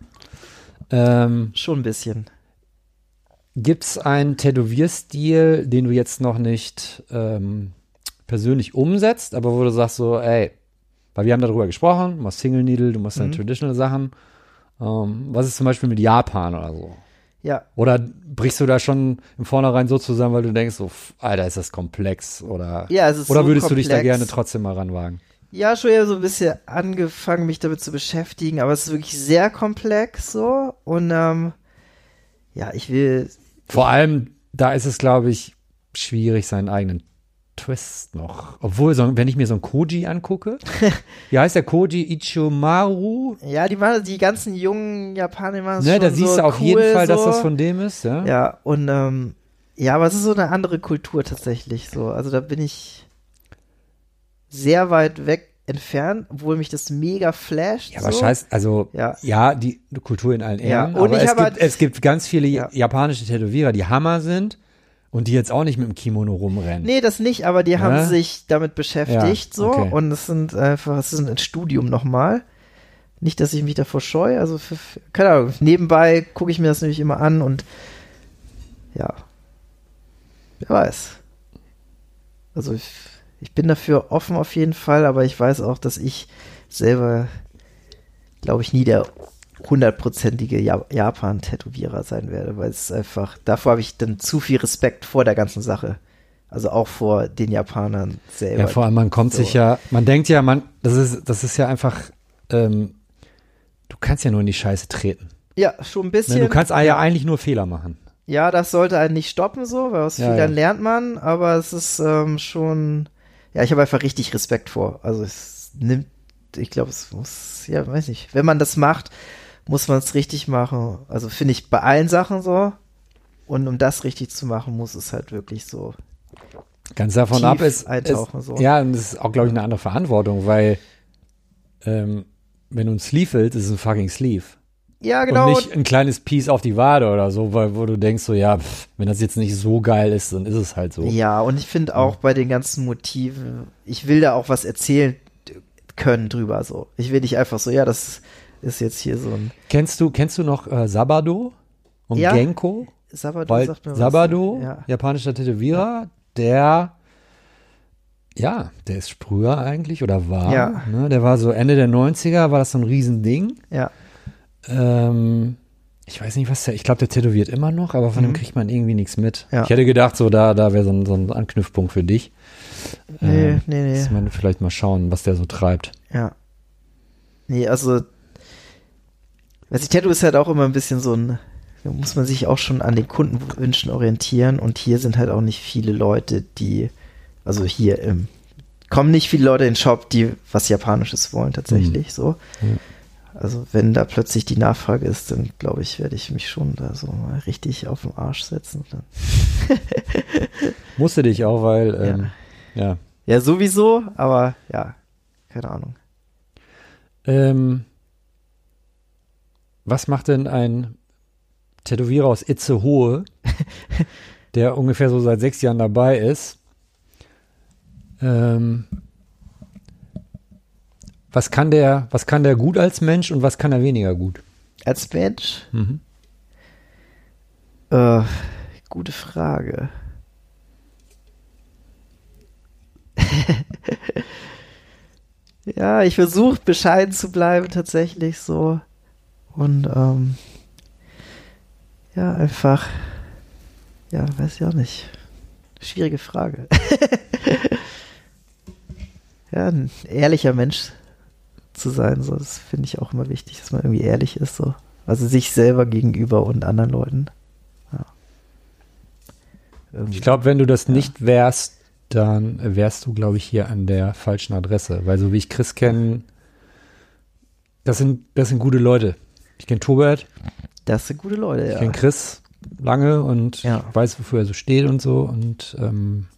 Ähm, schon ein bisschen. Gibt es einen Tätowierstil, den du jetzt noch nicht ähm, persönlich umsetzt, aber wo du sagst so, ey, weil wir haben darüber gesprochen, du machst Single Needle, du machst dann mhm. Traditional Sachen. Ähm, was ist zum Beispiel mit Japan oder so? Ja. Oder brichst du da schon im Vornherein so zusammen, weil du denkst so, Alter, ist das komplex? Oder, ja, es ist oder so würdest komplex. du dich da gerne trotzdem mal ranwagen? Ja, schon ja so ein bisschen angefangen, mich damit zu beschäftigen, aber es ist wirklich sehr komplex so und ähm, ja, ich will Vor allem, da ist es, glaube ich, schwierig, seinen eigenen Twist noch. Obwohl, so, wenn ich mir so einen Koji angucke, wie heißt der Koji Ichimaru? Ja, die machen die ganzen jungen Japaner machen ne, schon da siehst so du auf cool, jeden Fall, so. dass das von dem ist, ja. Ja, und ähm, ja, aber es ist so eine andere Kultur tatsächlich so. Also da bin ich sehr weit weg entfernt, obwohl mich das mega flasht. Ja, aber so. scheiß, also ja. ja, die Kultur in allen Ehren, ja. und aber es gibt, halt, es gibt ganz viele ja. japanische Tätowierer, die Hammer sind und die jetzt auch nicht mit dem Kimono rumrennen. Nee, das nicht, aber die ja? haben sich damit beschäftigt ja, so okay. und es sind einfach, es ist ein Studium nochmal. Nicht, dass ich mich davor scheue, also für, für, keine Ahnung, nebenbei gucke ich mir das nämlich immer an und ja, wer weiß. Also ich Ich bin dafür offen auf jeden Fall, aber ich weiß auch, dass ich selber, glaube ich, nie der hundertprozentige Japan-Tätowierer sein werde, weil es einfach, davor habe ich dann zu viel Respekt vor der ganzen Sache. Also auch vor den Japanern selber. Ja, vor allem, man kommt so. sich ja, man denkt ja, man, das ist, das ist ja einfach, ähm, du kannst ja nur in die Scheiße treten. Ja, schon ein bisschen. Du kannst ja eigentlich nur Fehler machen. Ja, das sollte einen nicht stoppen so, weil aus ja, Fehlern ja. lernt man, aber es ist ähm, schon... Ja, ich habe einfach richtig Respekt vor. Also es nimmt, ich glaube, es muss, ja, weiß nicht, wenn man das macht, muss man es richtig machen. Also finde ich bei allen Sachen so. Und um das richtig zu machen, muss es halt wirklich so ganz davon ab ist, eintauchen. ist so. Ja, und das ist auch, glaube ich, eine andere Verantwortung, weil ähm, wenn du ein Sleeve willst, ist es ein fucking Sleeve. Ja, genau. Und nicht ein kleines Piece auf die Wade oder so, weil wo du denkst so, ja, pff, wenn das jetzt nicht so geil ist, dann ist es halt so. Ja, und ich finde auch ja. bei den ganzen Motiven, ich will da auch was erzählen können drüber so. Ich will nicht einfach so, ja, das ist jetzt hier so ein... Kennst du, kennst du noch äh, Sabado und ja? Genko? Sabado weil sagt mir was. Sabado, ja. japanischer Tätowierer, ja. der ja, der ist Sprüher eigentlich oder war. Ja. Ne, der war so Ende der neunziger, war das so ein Riesending. Ja. Ähm, ich weiß nicht, was der, ich glaube, der tätowiert immer noch, aber von mhm. dem kriegt man irgendwie nichts mit. Ja. Ich hätte gedacht, so da, da wäre so ein, so ein Anknüpfpunkt für dich. Nee, ähm, nee, nee. Dass man vielleicht mal schauen, was der so treibt. Ja. Nee, also, weiß ich, Tattoo ist halt auch immer ein bisschen so ein, da muss man sich auch schon an den Kundenwünschen orientieren und hier sind halt auch nicht viele Leute, die, also hier im, kommen nicht viele Leute in den Shop, die was Japanisches wollen tatsächlich, mhm. so. Mhm. Also wenn da plötzlich die Nachfrage ist, dann glaube ich, werde ich mich schon da so mal richtig auf den Arsch setzen. Dann. Musste dich auch, weil, ähm, ja. ja. Ja, sowieso, aber ja, keine Ahnung. Ähm, was macht denn ein Tätowierer aus Itzehoe, der ungefähr so seit sechs Jahren dabei ist? Ähm, was kann der, was kann der gut als Mensch und was kann er weniger gut? Als Mensch? Mhm. Äh, gute Frage. Ja, ich versuche bescheiden zu bleiben tatsächlich so. Und ähm, ja, einfach, ja, weiß ich auch nicht. Schwierige Frage. Ja, ein ehrlicher Mensch zu sein, so, das finde ich auch immer wichtig, dass man irgendwie ehrlich ist, so. Also sich selber gegenüber und anderen Leuten. Ja. Ich glaube, wenn du das Ja. nicht wärst, dann wärst du, glaube ich, hier an der falschen Adresse. Weil so wie ich Chris kenne, das sind, das sind gute Leute. Ich kenne Tobert, Das sind gute Leute, ich ja. kenne Chris lange und Ja. ich weiß, wofür er so steht und so. Und ähm,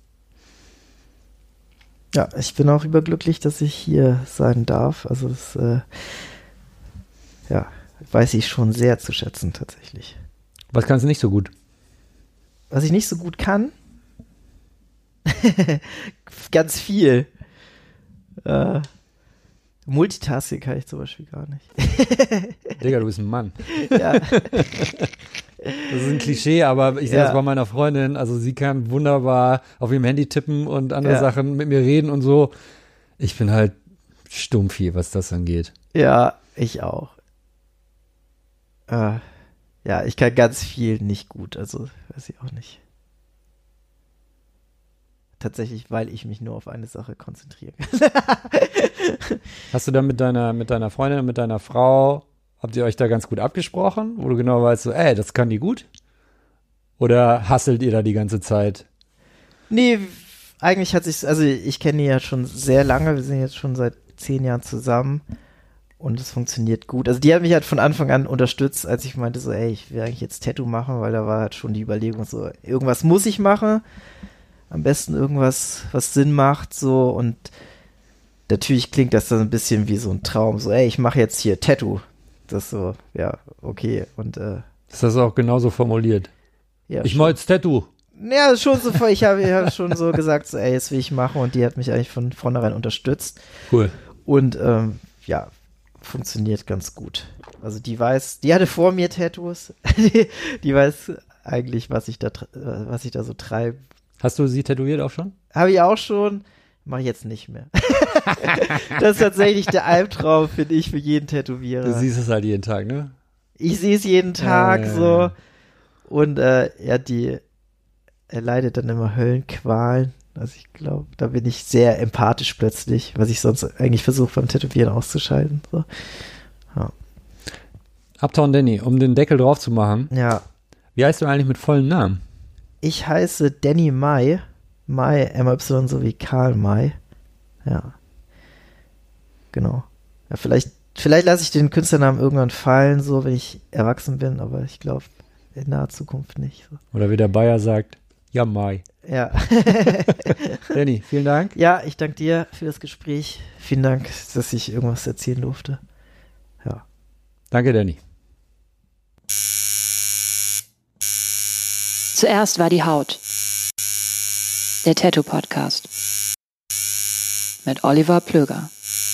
Ja, ich bin auch überglücklich, dass ich hier sein darf. Also das, äh, ja, weiß ich schon sehr zu schätzen tatsächlich. was kannst du nicht so gut? Was ich nicht so gut kann, ganz viel. Äh, Multitasking kann ich zum Beispiel gar nicht. Digga, du bist ein Mann. Ja, Das ist ein Klischee, aber ich sehe Ja. das bei meiner Freundin. Also sie kann wunderbar auf ihrem Handy tippen und andere Ja. Sachen mit mir reden und so. Ich bin halt stumpf hier, was das angeht. ja, ich auch. Äh, ja, ich kann ganz viel nicht gut, also weiß ich auch nicht. Tatsächlich, weil ich mich nur auf eine Sache konzentriere. Hast du dann mit deiner, mit deiner Freundin und mit deiner Frau, habt ihr euch da ganz gut abgesprochen? Wo du genau weißt, so, ey, das kann die gut? Oder hasselt ihr da die ganze Zeit? Nee, eigentlich hat sich, also ich kenne die ja schon sehr lange, wir sind jetzt schon seit zehn Jahren zusammen und es funktioniert gut. Also die hat mich halt von Anfang an unterstützt, als ich meinte so, ey, ich will eigentlich jetzt Tattoo machen, weil da war halt schon die Überlegung so, irgendwas muss ich machen, am besten irgendwas, was Sinn macht, so, und natürlich klingt das dann ein bisschen wie so ein Traum, so, ey, ich mache jetzt hier Tattoo. Das ist so, ja, okay, und äh, Ist das auch genauso formuliert? ja. Ich schon. mache jetzt Tattoo. Ja, schon so, ich habe ich hab schon so gesagt, so, ey, das will ich machen, und die hat mich eigentlich von vornherein unterstützt. Cool. Und ähm, ja, funktioniert ganz gut. Also die weiß, die hatte vor mir Tattoos, die, die weiß eigentlich, was ich da, tr- äh, was ich da so treibe. Hast du sie tätowiert auch schon? Habe ich auch schon, mache ich jetzt nicht mehr. Das ist tatsächlich der Albtraum, finde ich, für jeden Tätowierer. Du siehst es halt jeden Tag, ne? Ich sehe es jeden Tag Ja, ja, so. ja. Und äh, ja, die, er leidet dann immer Höllenqualen. Also ich glaube, da bin ich sehr empathisch plötzlich, was ich sonst eigentlich versuche beim Tätowieren auszuschalten. So. Uptown Danny, um den Deckel drauf zu machen. Ja, Wie heißt du eigentlich mit vollen Namen? ich heiße Danny May. May, M Y, so wie Karl May. Ja. Genau. Ja, vielleicht, vielleicht lasse ich den Künstlernamen irgendwann fallen, so, wenn ich erwachsen bin, aber ich glaube, in naher Zukunft nicht. So. Oder wie der Bayer sagt, ja Mai. Ja. Danny, vielen Dank. Ja, ich danke dir für das Gespräch. Vielen Dank, dass ich irgendwas erzählen durfte. Ja. Danke, Danny. Zuerst war die Haut. Der Tattoo Podcast. Mit Oliver Plöger.